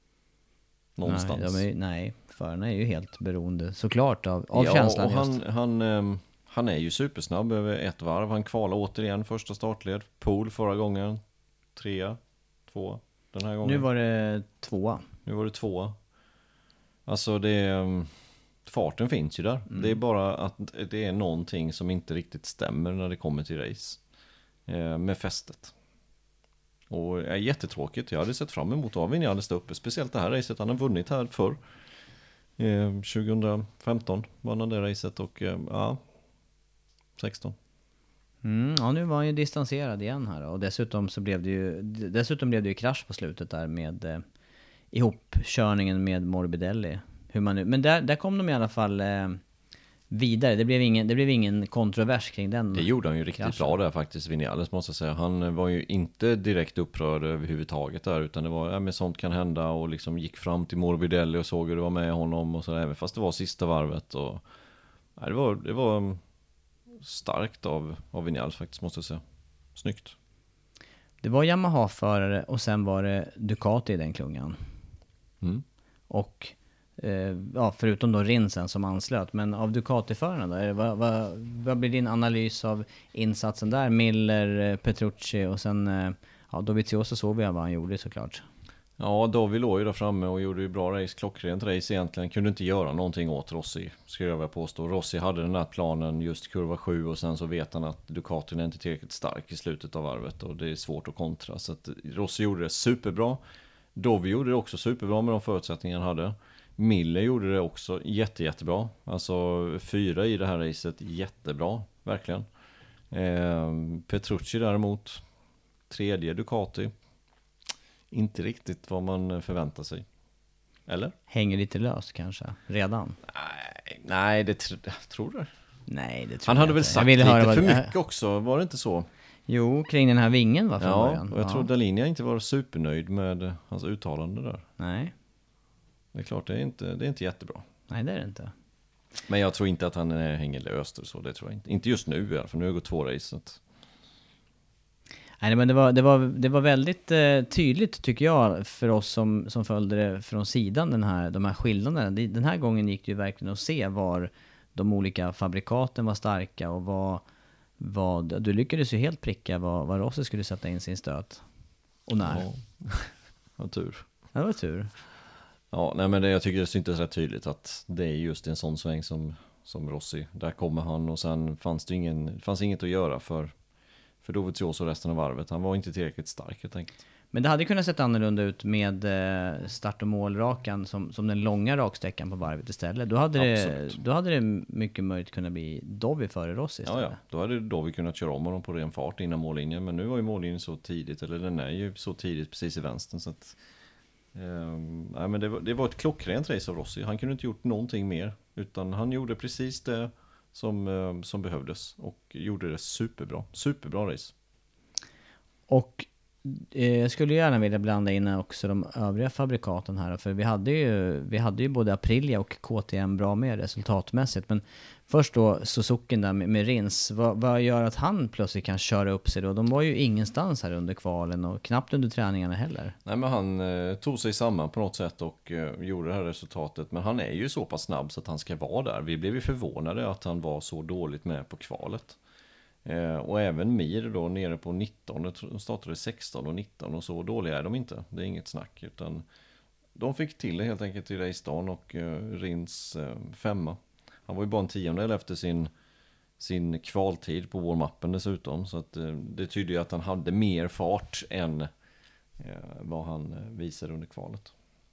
F: Någonstans.
E: Nej, de är, nej, förarna är ju helt beroende såklart av, av
F: ja,
E: känslan
F: och han,
E: just.
F: han eh, Han är ju supersnabb över ett varv. Han kvalar återigen första startled. Pool förra gången. Trea. Två. Den här gången.
E: Nu var det tvåa.
F: Nu var det tvåa. Alltså det... Farten finns ju där. Mm. Det är bara att det är någonting som inte riktigt stämmer när det kommer till race. Eh, med fästet. Och är jättetråkigt. Jag hade sett fram emot av Vinales där uppe. Speciellt det här racet. Han har vunnit här förr. Eh, tjugohundrafemton vann han det racet. Och eh, ja... sexton.
E: Mm, ja, nu var han ju distanserad igen här. Och dessutom så blev det ju dessutom blev det ju krasch på slutet där med eh, ihopkörningen med Morbidelli. hur man nu... Men där, där kom de i alla fall eh, vidare. Det blev, ingen, det blev ingen kontrovers kring den.
F: Det gjorde han ju riktigt
E: kraschen.
F: bra där faktiskt, Vinales måste jag säga. Han var ju inte direkt upprörd överhuvudtaget där, utan det var, ja men sånt kan hända, och liksom gick fram till Morbidelli och såg hur det var med honom och så där, även fast det var sista varvet. Och, ja, det var, det var starkt av, av Vinales faktiskt, måste jag säga. Snyggt.
E: Det var Yamaha-förare och sen var det Ducati i den klungan.
F: Mm.
E: Och eh, ja, förutom då Rinsen som anslöt. Men av Ducati-förarna då, är det, vad, vad, vad blir din analys av insatsen där? Miller, Petrucci och sen eh, ja, Dovizioso såg vi vad han gjorde såklart.
F: Ja, Dovi låg ju där framme och gjorde ju bra race, klockrent race egentligen. Kunde inte göra någonting åt Rossi, skulle jag vilja påstå. Rossi hade den här planen just kurva sju, och sen så vet han att Ducatin är inte tillräckligt stark i slutet av varvet och det är svårt att kontra. Så att Rossi gjorde det superbra. Dovi gjorde det också superbra med de förutsättningar han hade. Miller gjorde det också jätte, jättebra. Alltså fyra i det här racet, jättebra, verkligen. Eh, Petrucci däremot, tredje Ducati. Inte riktigt vad man förväntar sig. Eller?
E: Hänger lite löst kanske, redan?
F: Nej, nej det tr- tror du?
E: Nej, det tror
F: Han
E: jag
F: hade väl
E: inte.
F: sagt
E: Jag ville
F: lite
E: höra vad-
F: för mycket också, var det inte så?
E: Jo, kring den här vingen va, från
F: Ja,
E: början.
F: och jag
E: ja.
F: tror Dalinia inte var supernöjd med hans uttalande där.
E: Nej,
F: Det är klart, det är inte, det är inte jättebra.
E: nej det är det inte.
F: Men jag tror inte att han är, hänger löst och så, det tror jag inte. Inte just nu, för nu har det gått två racet.
E: Nej, men det var, det var, det var väldigt eh, tydligt tycker jag för oss som, som följde det från sidan, den här, de här skillnaderna. Det- Den här gången gick det ju verkligen att se var de olika fabrikaten var starka och vad, vad du lyckades ju helt pricka vad, vad Rossi skulle sätta in sin stöt. Och när.
F: Ja, vad tur.
E: Ja, det var tur.
F: Ja, nej men det, jag tycker det syntes rätt tydligt att det är just en sån sväng som, som Rossi. Där kommer han, och sen fanns det ingen, fanns inget att göra för, för Dovizioso resten av varvet. Han var inte tillräckligt stark helt enkelt.
E: Men det hade kunnat sett annorlunda ut med eh, start- och målrakan som, som den långa raksträckan på varvet istället. Då hade, det,
F: Absolut.
E: då hade det mycket möjligt kunnat bli Dovi före Rossi
F: Ja,
E: istället.
F: ja, då hade då vi kunnat köra om honom på ren fart innan mållinjen. Men nu var ju mållinjen så tidigt, eller den är ju så tidigt precis i vänstern. Så att, ehm, nej, men det, var, det var ett klockrent race av Rossi. Han kunde inte gjort någonting mer. Utan han gjorde precis det som, eh, som behövdes. Och gjorde det superbra. Superbra race.
E: Och eh, jag skulle gärna vilja blanda in också de övriga fabrikaten här. För vi hade ju, vi hade ju både Aprilia och K T M bra med resultatmässigt. Men först då Suzuki där med, med Rins. Vad, vad gör att han plötsligt kan köra upp sig då? De var ju ingenstans här under kvalen och knappt under träningarna heller.
F: Nej, men han eh, tog sig samman på något sätt och eh, gjorde det här resultatet. Men han är ju så pass snabb så att han ska vara där. Vi blev ju förvånade att han var så dåligt med på kvalet. Eh, och även Mir då nere på nitton. De startade sexton och nitton, och så dåliga är de inte. Det är inget snack, utan de fick till det helt enkelt i racedagen, och eh, Rins eh, femma. Han var ju bara en tiondel efter sin, sin kvaltid på warm-upen dessutom. Så att, eh, det tyder ju att han hade mer fart än eh, vad han eh, visade under kvalet.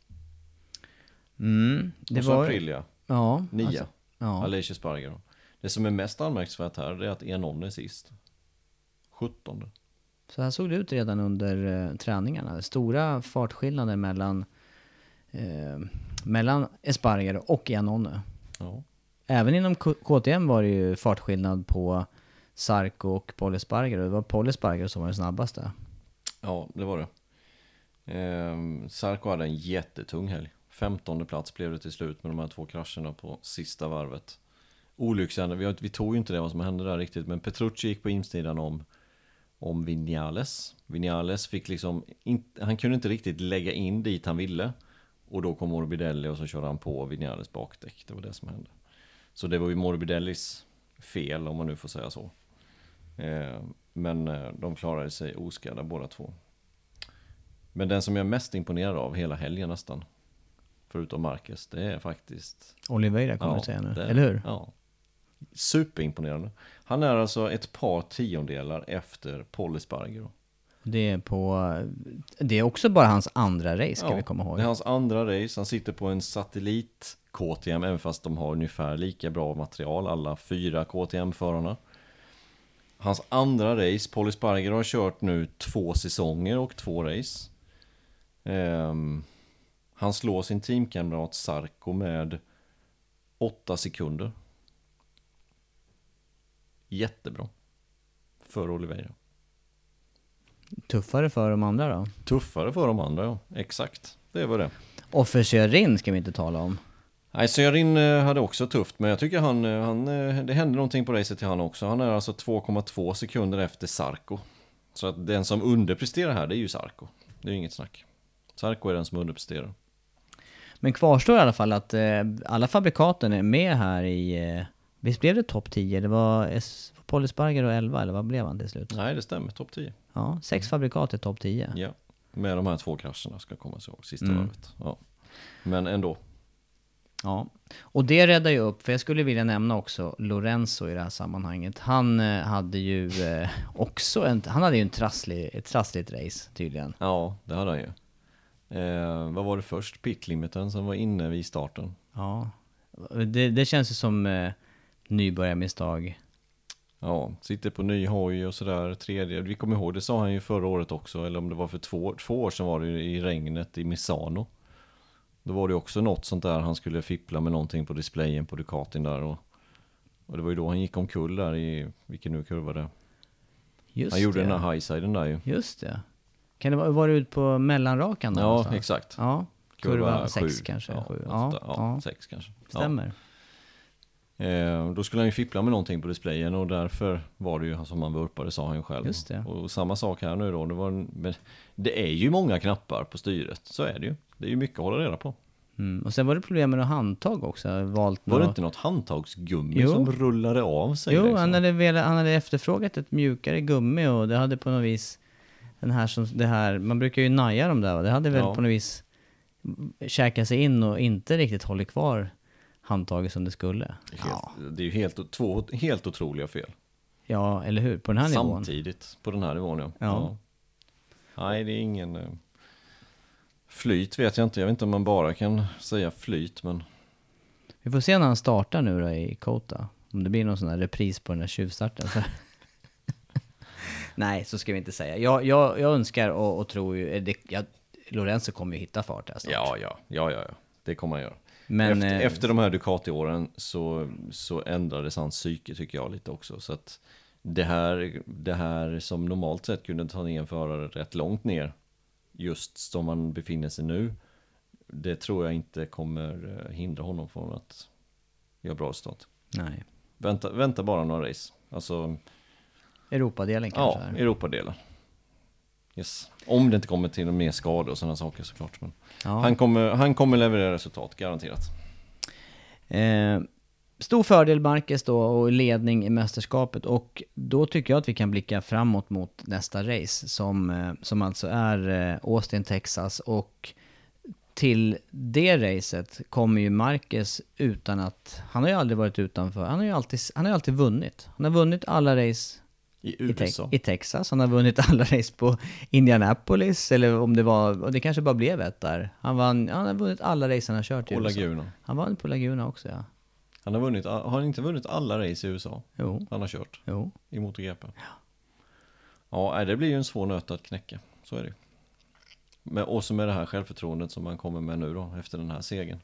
E: Mm, det
F: och så
E: var
F: Aprilia,
E: ja,
F: nia.
E: alltså, ja.
F: Aleix Espargaro. Det som är mest anmärkningsvärt här är att Enon är sist. sjuttonde.
E: Så här såg det ut redan under eh, träningarna. Stora fartskillnader mellan eh, mellan Espargaro och Iannone.
F: Ja.
E: Även inom K- KTM var det ju fartskillnad på Zarco och Pol Espargaro. Det var Pol Espargaro som var den snabbaste.
F: Ja, det var det. Ehm, Zarco hade en jättetung helg. femtonde plats blev det till slut med de här två krascherna på sista varvet. Olyckshände, vi, vi tog ju inte det vad som hände där riktigt, men Petrucci gick på insidan om, om Vinales. Vinales fick liksom, in, han kunde inte riktigt lägga in dit han ville. Och då kom Morbidelli och så körde han på Vinales bakdäck. Det var det som hände. Så det var ju Morbidellis fel, om man nu får säga så. Eh, men eh, de klarade sig oskadda båda två. Men den som jag är mest imponerad av hela helgen nästan, förutom Marquez, det är faktiskt
E: Oliveira kommer
F: ja,
E: du säga nu,
F: det,
E: eller hur?
F: Ja. Superimponerande. Han är alltså ett par tiondelar efter Pol Espargaro.
E: Det är på det är också bara hans andra race, ska
F: Ja,
E: vi komma ihåg.
F: Det är hans andra race. Han sitter på en satellit K T M, även fast de har ungefär lika bra material, alla fyra K T M-förarna. Hans andra race, Pol Espargaro har kört nu två säsonger och två race. Ehm, Han slår sin teamkamrat Zarco med åtta sekunder. Jättebra. För Oliveira.
E: Tuffare för de andra då?
F: Tuffare för de andra, ja. Exakt. Det var det.
E: Och för Sörin ska vi inte tala om.
F: Nej, Sörin hade också tufft, men jag tycker han, han, det hände någonting på racet till han också. Han är alltså två komma två sekunder efter Zarco. Så att den som underpresterar här, det är ju Zarco. Det är ju inget snack. Zarco är den som underpresterar.
E: Men kvarstår i alla fall att eh, alla fabrikaten är med här i... Eh, visst blev det topp tio? Det var S- Paul Espargaro och elva, eller vad blev han till slut?
F: Nej, det stämmer. Topp tio.
E: Ja, sex fabrikat är topp tio.
F: Ja, med de här två krascherna ska komma så sista
E: Mm.
F: varvet. Ja. Men ändå.
E: Ja, och det räddar ju upp, för jag skulle vilja nämna också Lorenzo i det här sammanhanget. Han eh, hade ju eh, också en, han hade ju en trasslig, ett trassligt race tydligen.
F: Ja, det hade han ju. Eh, vad var det först? Pitlimiten som var inne vid starten.
E: Ja, det, det känns ju som eh, nybörjarmisstag.
F: Ja, sitter på ny hoj och sådär. Tredje, vi kommer ihåg, det sa han ju förra året också, eller om det var för två, två år sedan var det ju i regnet i Misano. Då var det också något sånt där, han skulle fippla med någonting på displayen på Ducatin där. Och, och det var ju då han gick omkull där i, vilken nu kurva det.
E: Just
F: han gjorde
E: det.
F: den här highsiden där ju.
E: Just det. Kan det vara, var det ut på mellanrakan då?
F: Ja,
E: någonstans?
F: exakt.
E: Ja, kurva,
F: Kurva
E: sex
F: sju.
E: kanske.
F: Ja,
E: sju.
F: åtta,
E: Ja,
F: ja,
E: ja,
F: sex kanske.
E: stämmer.
F: Ja. Eh, då skulle han ju fippla med någonting på displayen och därför var det ju som han vurpade, sa han ju själv.
E: Just det.
F: Och samma sak här nu då. Det, var en, men det är ju många knappar på styret, så är det ju. Det är ju mycket att hålla reda på.
E: Mm. Och sen var det problem med något handtag också. Valt
F: Var det
E: något...
F: inte något handtagsgummi
E: Jo.
F: som rullade av sig?
E: Jo,
F: liksom?
E: han, hade velat, han hade efterfrågat ett mjukare gummi och det hade på något vis den här som, det här, man brukar ju naja dem där, och det hade väl
F: Ja.
E: på något vis käkat sig in och inte riktigt hållit kvar handtaget som det skulle.
F: Det är, helt,
E: Ja.
F: det är ju helt, två helt otroliga fel.
E: Ja, eller hur? På den här nivån.
F: Samtidigt, på den här nivån, ja.
E: Ja.
F: Nej, det är ingen... eh, Flyt vet jag inte. Jag vet inte om man bara kan säga flyt, men...
E: Vi får se när han startar nu då i Kota. Om det blir någon sån här repris på den här tjuvstarten. Så. Nej, så ska vi inte säga. Jag, jag, jag önskar och, och tror ju... Det, jag, Lorenzo kommer ju hitta fart här snart.
F: Ja, ja, ja, ja, ja. Det kommer han göra.
E: Men,
F: efter,
E: eh,
F: efter de här Ducati-åren så, så ändrades hans psyke, tycker jag, lite också. Så att det här, det här som normalt sett kunde ta ner en förare rätt långt ner, just som man befinner sig nu, det tror jag inte kommer hindra honom från att göra bra start.
E: Nej.
F: Vänta, vänta bara några race. Alltså,
E: Europadelen kanske.
F: ja,
E: här.
F: Europadelen. Yes. Om det inte kommer till mer skador och sådana saker såklart. Men
E: Ja.
F: han, kommer, han kommer leverera resultat, garanterat.
E: Eh, stor fördel Marquez då och ledning i mästerskapet, och då tycker jag att vi kan blicka framåt mot nästa race som, eh, som alltså är eh, Austin, Texas, och till det racet kommer ju Marquez utan att, han har ju aldrig varit utanför, han har ju alltid, han har ju alltid vunnit, han har vunnit alla race
F: I
E: i, te-
F: U S A.
E: i Texas, han har vunnit alla race på Indianapolis, eller om det var, och det kanske bara blev ett där, han, vann, han har vunnit alla race han har kört i
F: Och
E: U S A.
F: Laguna.
E: Han vann på Laguna också, ja.
F: Han har vunnit, har han inte vunnit alla race i U S A?
E: Jo.
F: Han har kört
E: Jo.
F: i MotoGP. Ja. Ja, nej, det blir ju en svår nöt att knäcka. Så är det ju. Men också med det här självförtroendet som man kommer med nu då, efter den här segern.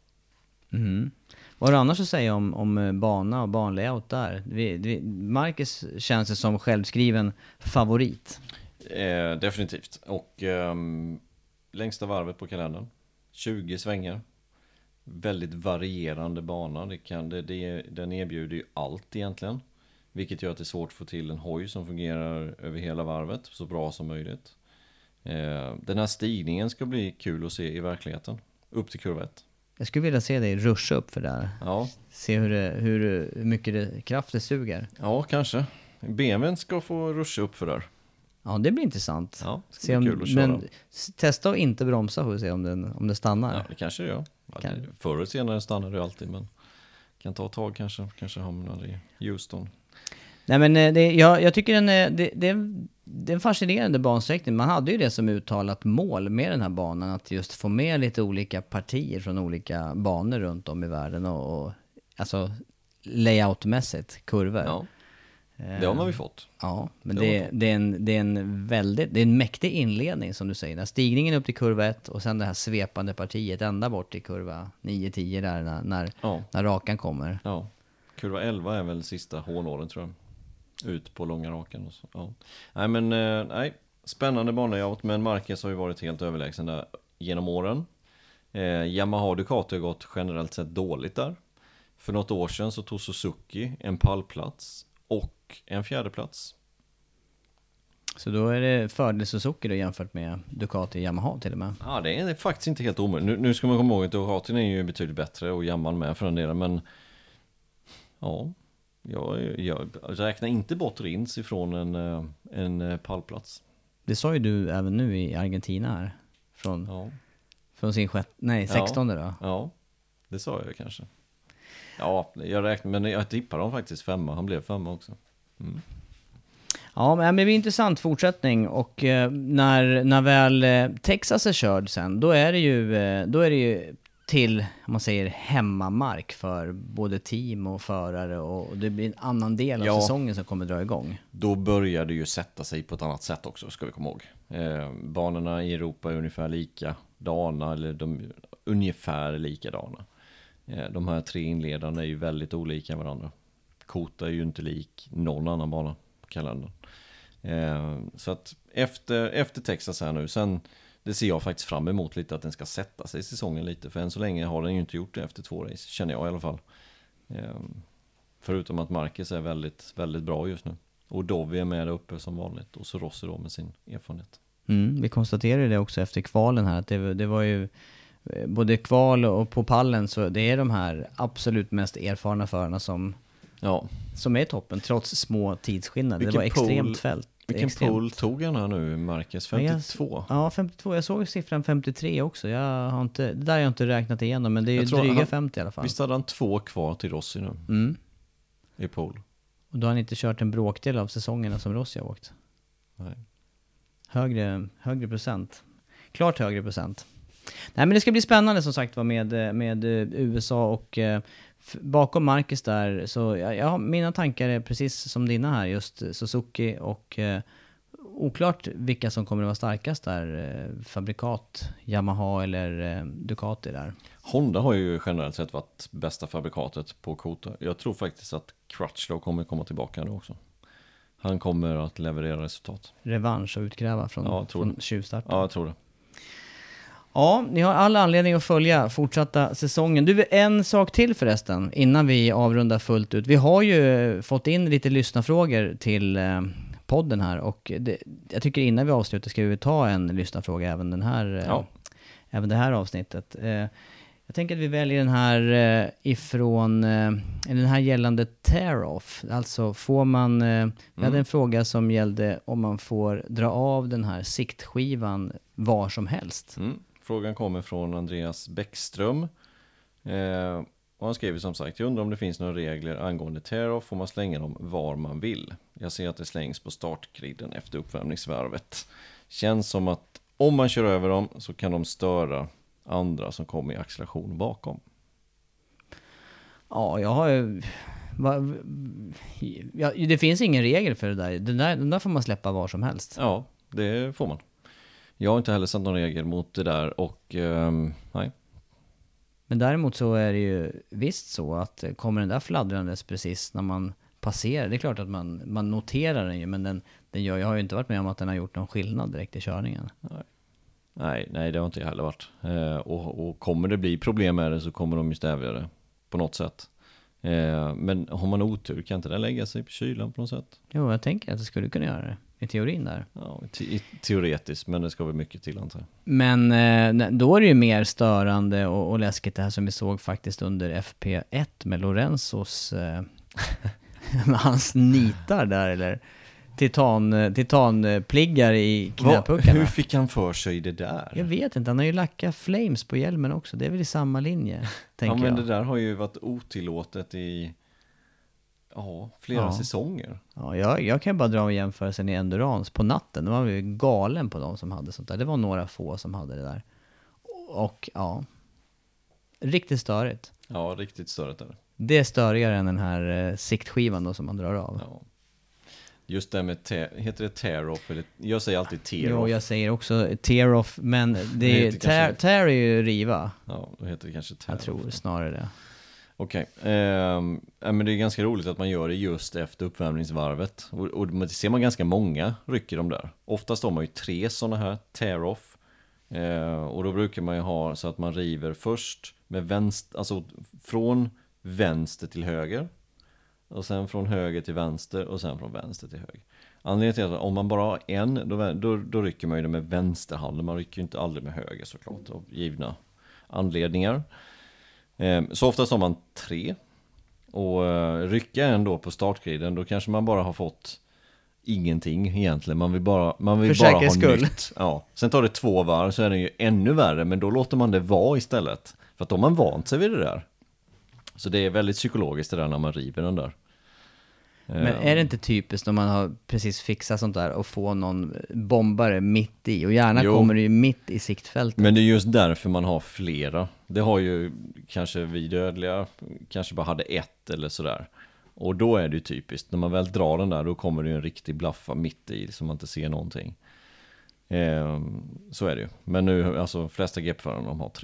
E: Mm. Vad har du annars att säga om, om bana och banlayout där? Vi, vi, Marquez känns det som självskriven favorit.
F: Eh, definitivt. Och eh, längsta varvet på kalendern. tjugo svängar. Väldigt varierande bana. Det kan, det, det, den erbjuder ju allt egentligen. Vilket gör att det är svårt att få till en hoj som fungerar över hela varvet så bra som möjligt. Eh, den här stigningen ska bli kul att se i verkligheten. Upp till kurva ett.
E: Jag skulle vilja se dig ruscha upp för där.
F: Ja.
E: Se hur, det, hur, hur mycket det, kraft det suger.
F: Ja, kanske. B M W:n ska få ruscha upp för där.
E: Ja, det blir intressant.
F: Ja, det ska
E: se om,
F: bli kul att köra.
E: men s- testa att inte bromsa för att se om, den, om det stannar.
F: Ja, det kanske det gör. Ja,
E: Kan-
F: det, förr eller senare stannar det alltid, men kan ta ett tag kanske. Kanske hamnar i Houston.
E: Nej, men eh, det, jag, jag tycker den är, det, det, är en- det är en fascinerande bansträckning. Man hade ju det som uttalat mål med den här banan, att just få med lite olika partier från olika banor runt om i världen och, och alltså layoutmässigt, kurvor.
F: Ja. Det har man ju fått.
E: Ja, men
F: det,
E: det, det, är en, det är en väldigt, det är en mäktig inledning som du säger. När stigningen upp till kurva ett och sen det här svepande partiet ända bort till kurva nio tio där när, när,
F: ja.
E: när rakan kommer.
F: Ja, kurva elva är väl sista hålåren tror jag. Ut på långa rakan. Och så. Ja. Nej men, eh, nej. Spännande banlayout, men Marquez har ju varit helt överlägsen där genom åren. Eh, Yamaha Ducati har gått generellt sett dåligt där. För något år sedan så tog Suzuki en pallplats och en fjärde plats.
E: Så då är det fördel Suzuki då jämfört med Ducati och Yamaha till och med.
F: Ja, det är faktiskt inte helt omöjligt. Nu, nu ska man komma ihåg att Ducati är ju betydligt bättre och Yamaha med för den delen, men ja, jag, jag räknar inte bort Rins ifrån en, en pallplats.
E: Det sa ju du även nu i Argentina här. Från, ja. från sin sjätte, nej, sextonde
F: ja.
E: då.
F: Ja, det sa jag kanske. Ja, jag räknar, men jag tippar dem faktiskt femma. Han blev femma också. Mm.
E: Ja, men det blir intressant fortsättning. Och eh, när, när väl eh, Texas är körd sen, då är det ju, eh, då är det ju till, om man säger, hemmamark för både team och förare. Och det blir en annan del av ja, säsongen som kommer dra igång.
F: Då börjar det ju sätta sig på ett annat sätt också, ska vi komma ihåg. Eh, banorna i Europa är ungefär likadana, eller de ungefär likadana. De här tre inledarna är ju väldigt olika varandra. Kota är ju inte lik någon annan bana på kalendern. Eh, så att efter, efter Texas här nu, sen det ser jag faktiskt fram emot lite att den ska sätta sig i säsongen lite. För än så länge har den ju inte gjort det efter två race, känner jag i alla fall. Eh, förutom att Marquez är väldigt, väldigt bra just nu. Och Dovi är med uppe som vanligt. Och så Rossi då med sin erfarenhet.
E: Mm, vi konstaterade det också efter kvalen här, att det, det var ju både kval och på pallen, så det är de här absolut mest erfarna förarna som,
F: ja.
E: som är toppen, trots små tidsskillnader.
F: Vilken
E: det var extremt
F: pool,
E: fält.
F: Vilken
E: extremt.
F: pool tog han här nu, Marquez? femtiotvå?
E: Jag, ja, femtiotvå. Jag såg siffran femtiotre också. Jag har inte, det där har jag inte räknat igenom, men det är ju dryga han, femtio i alla fall.
F: Visst hade han två kvar till Rossi nu?
E: Mm.
F: I pool.
E: Och då har han inte kört en bråkdel av säsongerna som Rossi har åkt.
F: Nej.
E: Högre, högre procent. Klart högre procent. Nej, men det ska bli spännande som sagt var med, med U S A och eh, bakom Marquez där, så jag, jag, mina tankar är precis som dina här, just Suzuki och eh, oklart vilka som kommer att vara starkast där, eh, fabrikat, Yamaha eller eh, Ducati där.
F: Honda har ju generellt sett varit bästa fabrikatet på Kota. Jag tror faktiskt att Crutchlow kommer komma tillbaka nu också. Han kommer att leverera resultat.
E: Revansch och utkräva från,
F: ja,
E: från tjuvstarten.
F: Ja, jag tror det.
E: Ja, ni har alla anledning att följa fortsatta säsongen. Du, en sak till förresten, innan vi avrundar fullt ut. Vi har ju fått in lite lyssnarfrågor till eh, podden här, och det, jag tycker innan vi avslutar ska vi ta en lyssnarfråga även, den här, eh, ja. även det här avsnittet. Eh, jag tänker att vi väljer den här eh, ifrån, eh, den här gällande tear-off. Alltså får man, eh, mm. vi hade en fråga som gällde om man får dra av den här siktskivan var som helst.
F: Mm. Frågan kommer från Andreas Bäckström. Eh, och han skriver som sagt: jag undrar om det finns några regler angående tear-off. Får man slänga dem var man vill? Jag ser att det slängs på startgriden efter uppvärmningsvarvet. Känns som att om man kör över dem så kan de störa andra som kommer i acceleration bakom.
E: Ja, jag har ju... Va, ja, det finns ingen regel för det där. Den, där. den där får man släppa var som helst.
F: Ja, det får man. Jag har inte heller satt någon regel mot det där och um, nej.
E: Men däremot så är det ju visst så att kommer den där fladdrandes precis när man passerar, det är klart att man, man noterar den ju, men den, den gör, jag har ju inte varit med om att den har gjort någon skillnad direkt i körningen.
F: Nej, nej, nej det har inte jag heller varit. Eh, och, och kommer det bli problem med det så kommer de ju stävja det på något sätt. Eh, men har man otur kan inte den lägga sig på kylan på något sätt?
E: Jo, jag tänker att det skulle kunna göra det. I teorin där.
F: Ja, te- teoretiskt, men det ska väl mycket till antar jag.
E: Men eh, då är det ju mer störande och, och läskigt det här som vi såg faktiskt under F P ett med Lorenzos eh, med hans nitar där, eller titan, titanpliggar i knäpuckarna.
F: Hur fick han för sig det där?
E: Jag vet inte, han har ju lackat flames på hjälmen också. Det är väl i samma linje, tänker
F: ja, men
E: jag.
F: Det där har ju varit otillåtet i ja, flera
E: ja. säsonger. Ja, jag, jag kan bara dra en jämförelse i Endurance på natten. De var ju galen på de som hade sånt där. Det var några få som hade det där. Och ja, riktigt störigt.
F: Ja, riktigt störigt är det.
E: Det är störigare än den här eh, siktskivan då som man drar av.
F: Ja. Just det med, te- heter det tear-off? Eller, jag säger alltid tear-off.
E: Jo, jag säger också tear-off, men det,
F: Det
E: är,
F: heter
E: tear,
F: kanske-
E: tear är ju riva.
F: Ja, då heter det kanske tear-off.
E: Jag tror snarare det.
F: Okej, ehm, ja, men det är ganska roligt att man gör det just efter uppvärmningsvarvet. Och, och det ser man ganska många rycker de där. Oftast har man ju tre sådana här tear-off. Eh, och då brukar man ju ha så att man river först med vänster, alltså från vänster till höger. Och sen från höger till vänster och sen från vänster till höger. Anledningen till att om man bara har en, då, då, då rycker man ju det med vänsterhanden. Man rycker ju inte aldrig med höger såklart, av givna anledningar. Eh, så oftast har man tre. Och eh, rycka en då på startgriden, då kanske man bara har fått ingenting egentligen. Man vill bara, man vill bara ha
E: skull.
F: nytt. Ja. Sen tar det två varv så är det ju ännu värre, men då låter man det vara istället. För att de har vant sig vid det där. Så det är väldigt psykologiskt det där när man river den där.
E: Men är det inte typiskt om man har precis fixat sånt där och få någon bombare mitt i? Och gärna
F: Jo.
E: kommer det ju mitt i siktfältet.
F: Men det är just därför man har flera. Det har ju kanske vi dödliga, kanske bara hade ett eller sådär. Och då är det ju typiskt. När man väl drar den där, då kommer det ju en riktig blaffa mitt i så man inte ser någonting. Eh, så är det ju. Men nu, alltså flesta greppförarna, de har tre.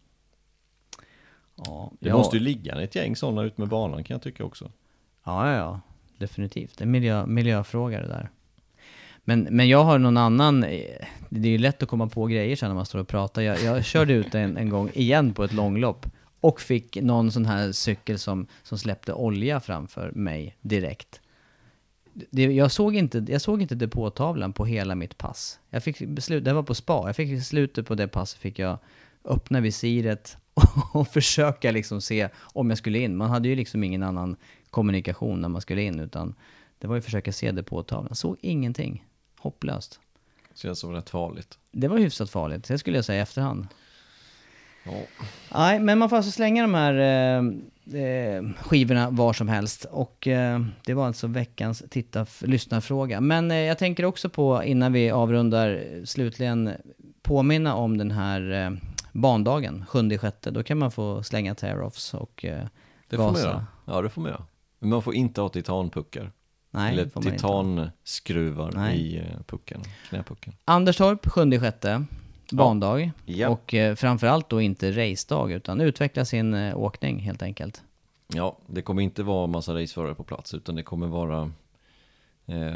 E: Ja,
F: Det
E: ja.
F: måste ju ligga ett gäng sådana ut med banan, kan jag tycka också.
E: Ja, ja, ja. Definitivt. Det är en miljö, miljöfråga det där. Men, men jag har någon annan... Det är ju lätt att komma på grejer sen när man står och pratar. Jag, jag körde ut en, en gång igen på ett långlopp. Och fick någon sån här cykel som, som släppte olja framför mig direkt. Det, jag, såg inte, jag såg inte depåtavlan på hela mitt pass. Jag fick beslut, det var på spa. Jag fick i slutet på det passet fick jag öppna visiret och, och försöka liksom se om jag skulle in. Man hade ju liksom ingen annan kommunikation när man skulle in, utan det var ju att försöka se depåtavlan. Såg ingenting. Hopplöst.
F: Känns som rätt farligt.
E: Det var hyfsat farligt, det skulle jag säga i efterhand.
F: Ja.
E: Nej, men man får alltså slänga de här eh, eh, skivorna var som helst. Och eh, det var alltså veckans titta lyssnarfråga. Men eh, jag tänker också på, innan vi avrundar, slutligen påminna om den här eh, bandagen, sjunde sjätte. Då kan man få slänga tear-offs och eh,
F: Det får man
E: gasa.
F: göra. Ja, det får man göra. Men man får inte ha titanpuckar.
E: Nej,
F: Eller
E: det får man inte.
F: titanskruvar
E: Nej.
F: i eh, pucken, knäpucken.
E: Anderstorp, sjunde sjätte. Bandag.
F: Ja.
E: Och eh, framförallt då inte racedag, utan utveckla sin eh, åkning helt enkelt.
F: Ja, det kommer inte vara massa raceförare på plats, utan det kommer vara eh,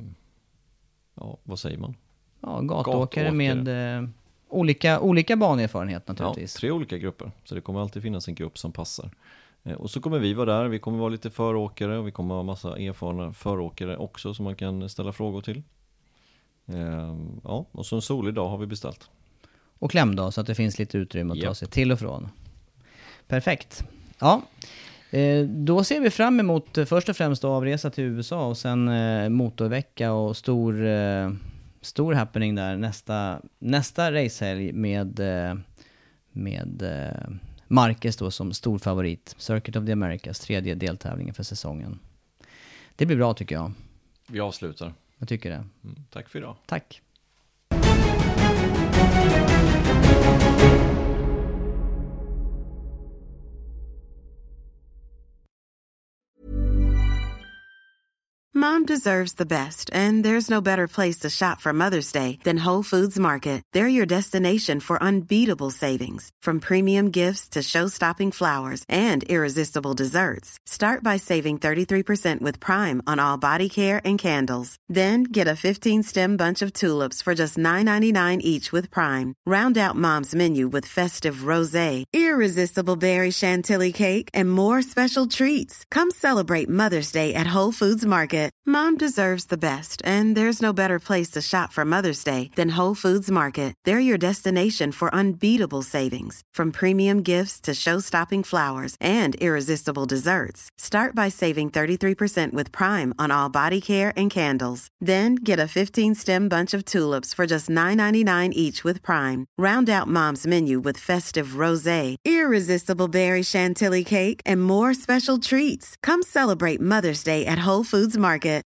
F: ja, vad säger man?
E: Ja, gatåkare,
F: Gatåkare.
E: med eh, olika, olika banerfarenhet naturligtvis.
F: Ja, tre olika grupper, så det kommer alltid finnas en grupp som passar. Eh, och så kommer vi vara där, vi kommer vara lite föråkare och vi kommer ha massa erfarna föråkare också som man kan ställa frågor till. Eh, ja, och så en solig dag har vi beställt.
E: Och klämdag så att det finns lite utrymme att ta
F: Japp.
E: sig till och från. Perfekt. Ja, eh, då ser vi fram emot eh, först och främst avresa till U S A och sen eh, motorvecka och stor, eh, stor happening där nästa, nästa racehelg med, eh, med eh, Marquez då som stor favorit. Circuit of the Americas, tredje deltävlingen för säsongen. Det blir bra tycker jag.
F: Vi avslutar.
E: Jag tycker det.
F: Mm, tack för idag.
E: Tack.
J: Mom deserves the best, and there's no better place to shop for Mother's Day than Whole Foods Market. They're your destination for unbeatable savings, from premium gifts to show-stopping flowers and irresistible desserts. Start by saving thirty-three percent with Prime on all body care and candles. Then get a fifteen-stem bunch of tulips for just nine ninety-nine each with Prime. Round out Mom's menu with festive rosé, irresistible berry chantilly cake, and more special treats. Come celebrate Mother's Day at Whole Foods Market. Mom deserves the best, and there's no better place to shop for Mother's Day than Whole Foods Market. They're your destination for unbeatable savings, from premium gifts to show-stopping flowers and irresistible desserts. Start by saving thirty-three percent with Prime on all body care and candles. Then get a fifteen-stem bunch of tulips for just nine ninety-nine each with Prime. Round out Mom's menu with festive rosé, irresistible berry chantilly cake, and more special treats. Come celebrate Mother's Day at Whole Foods Market.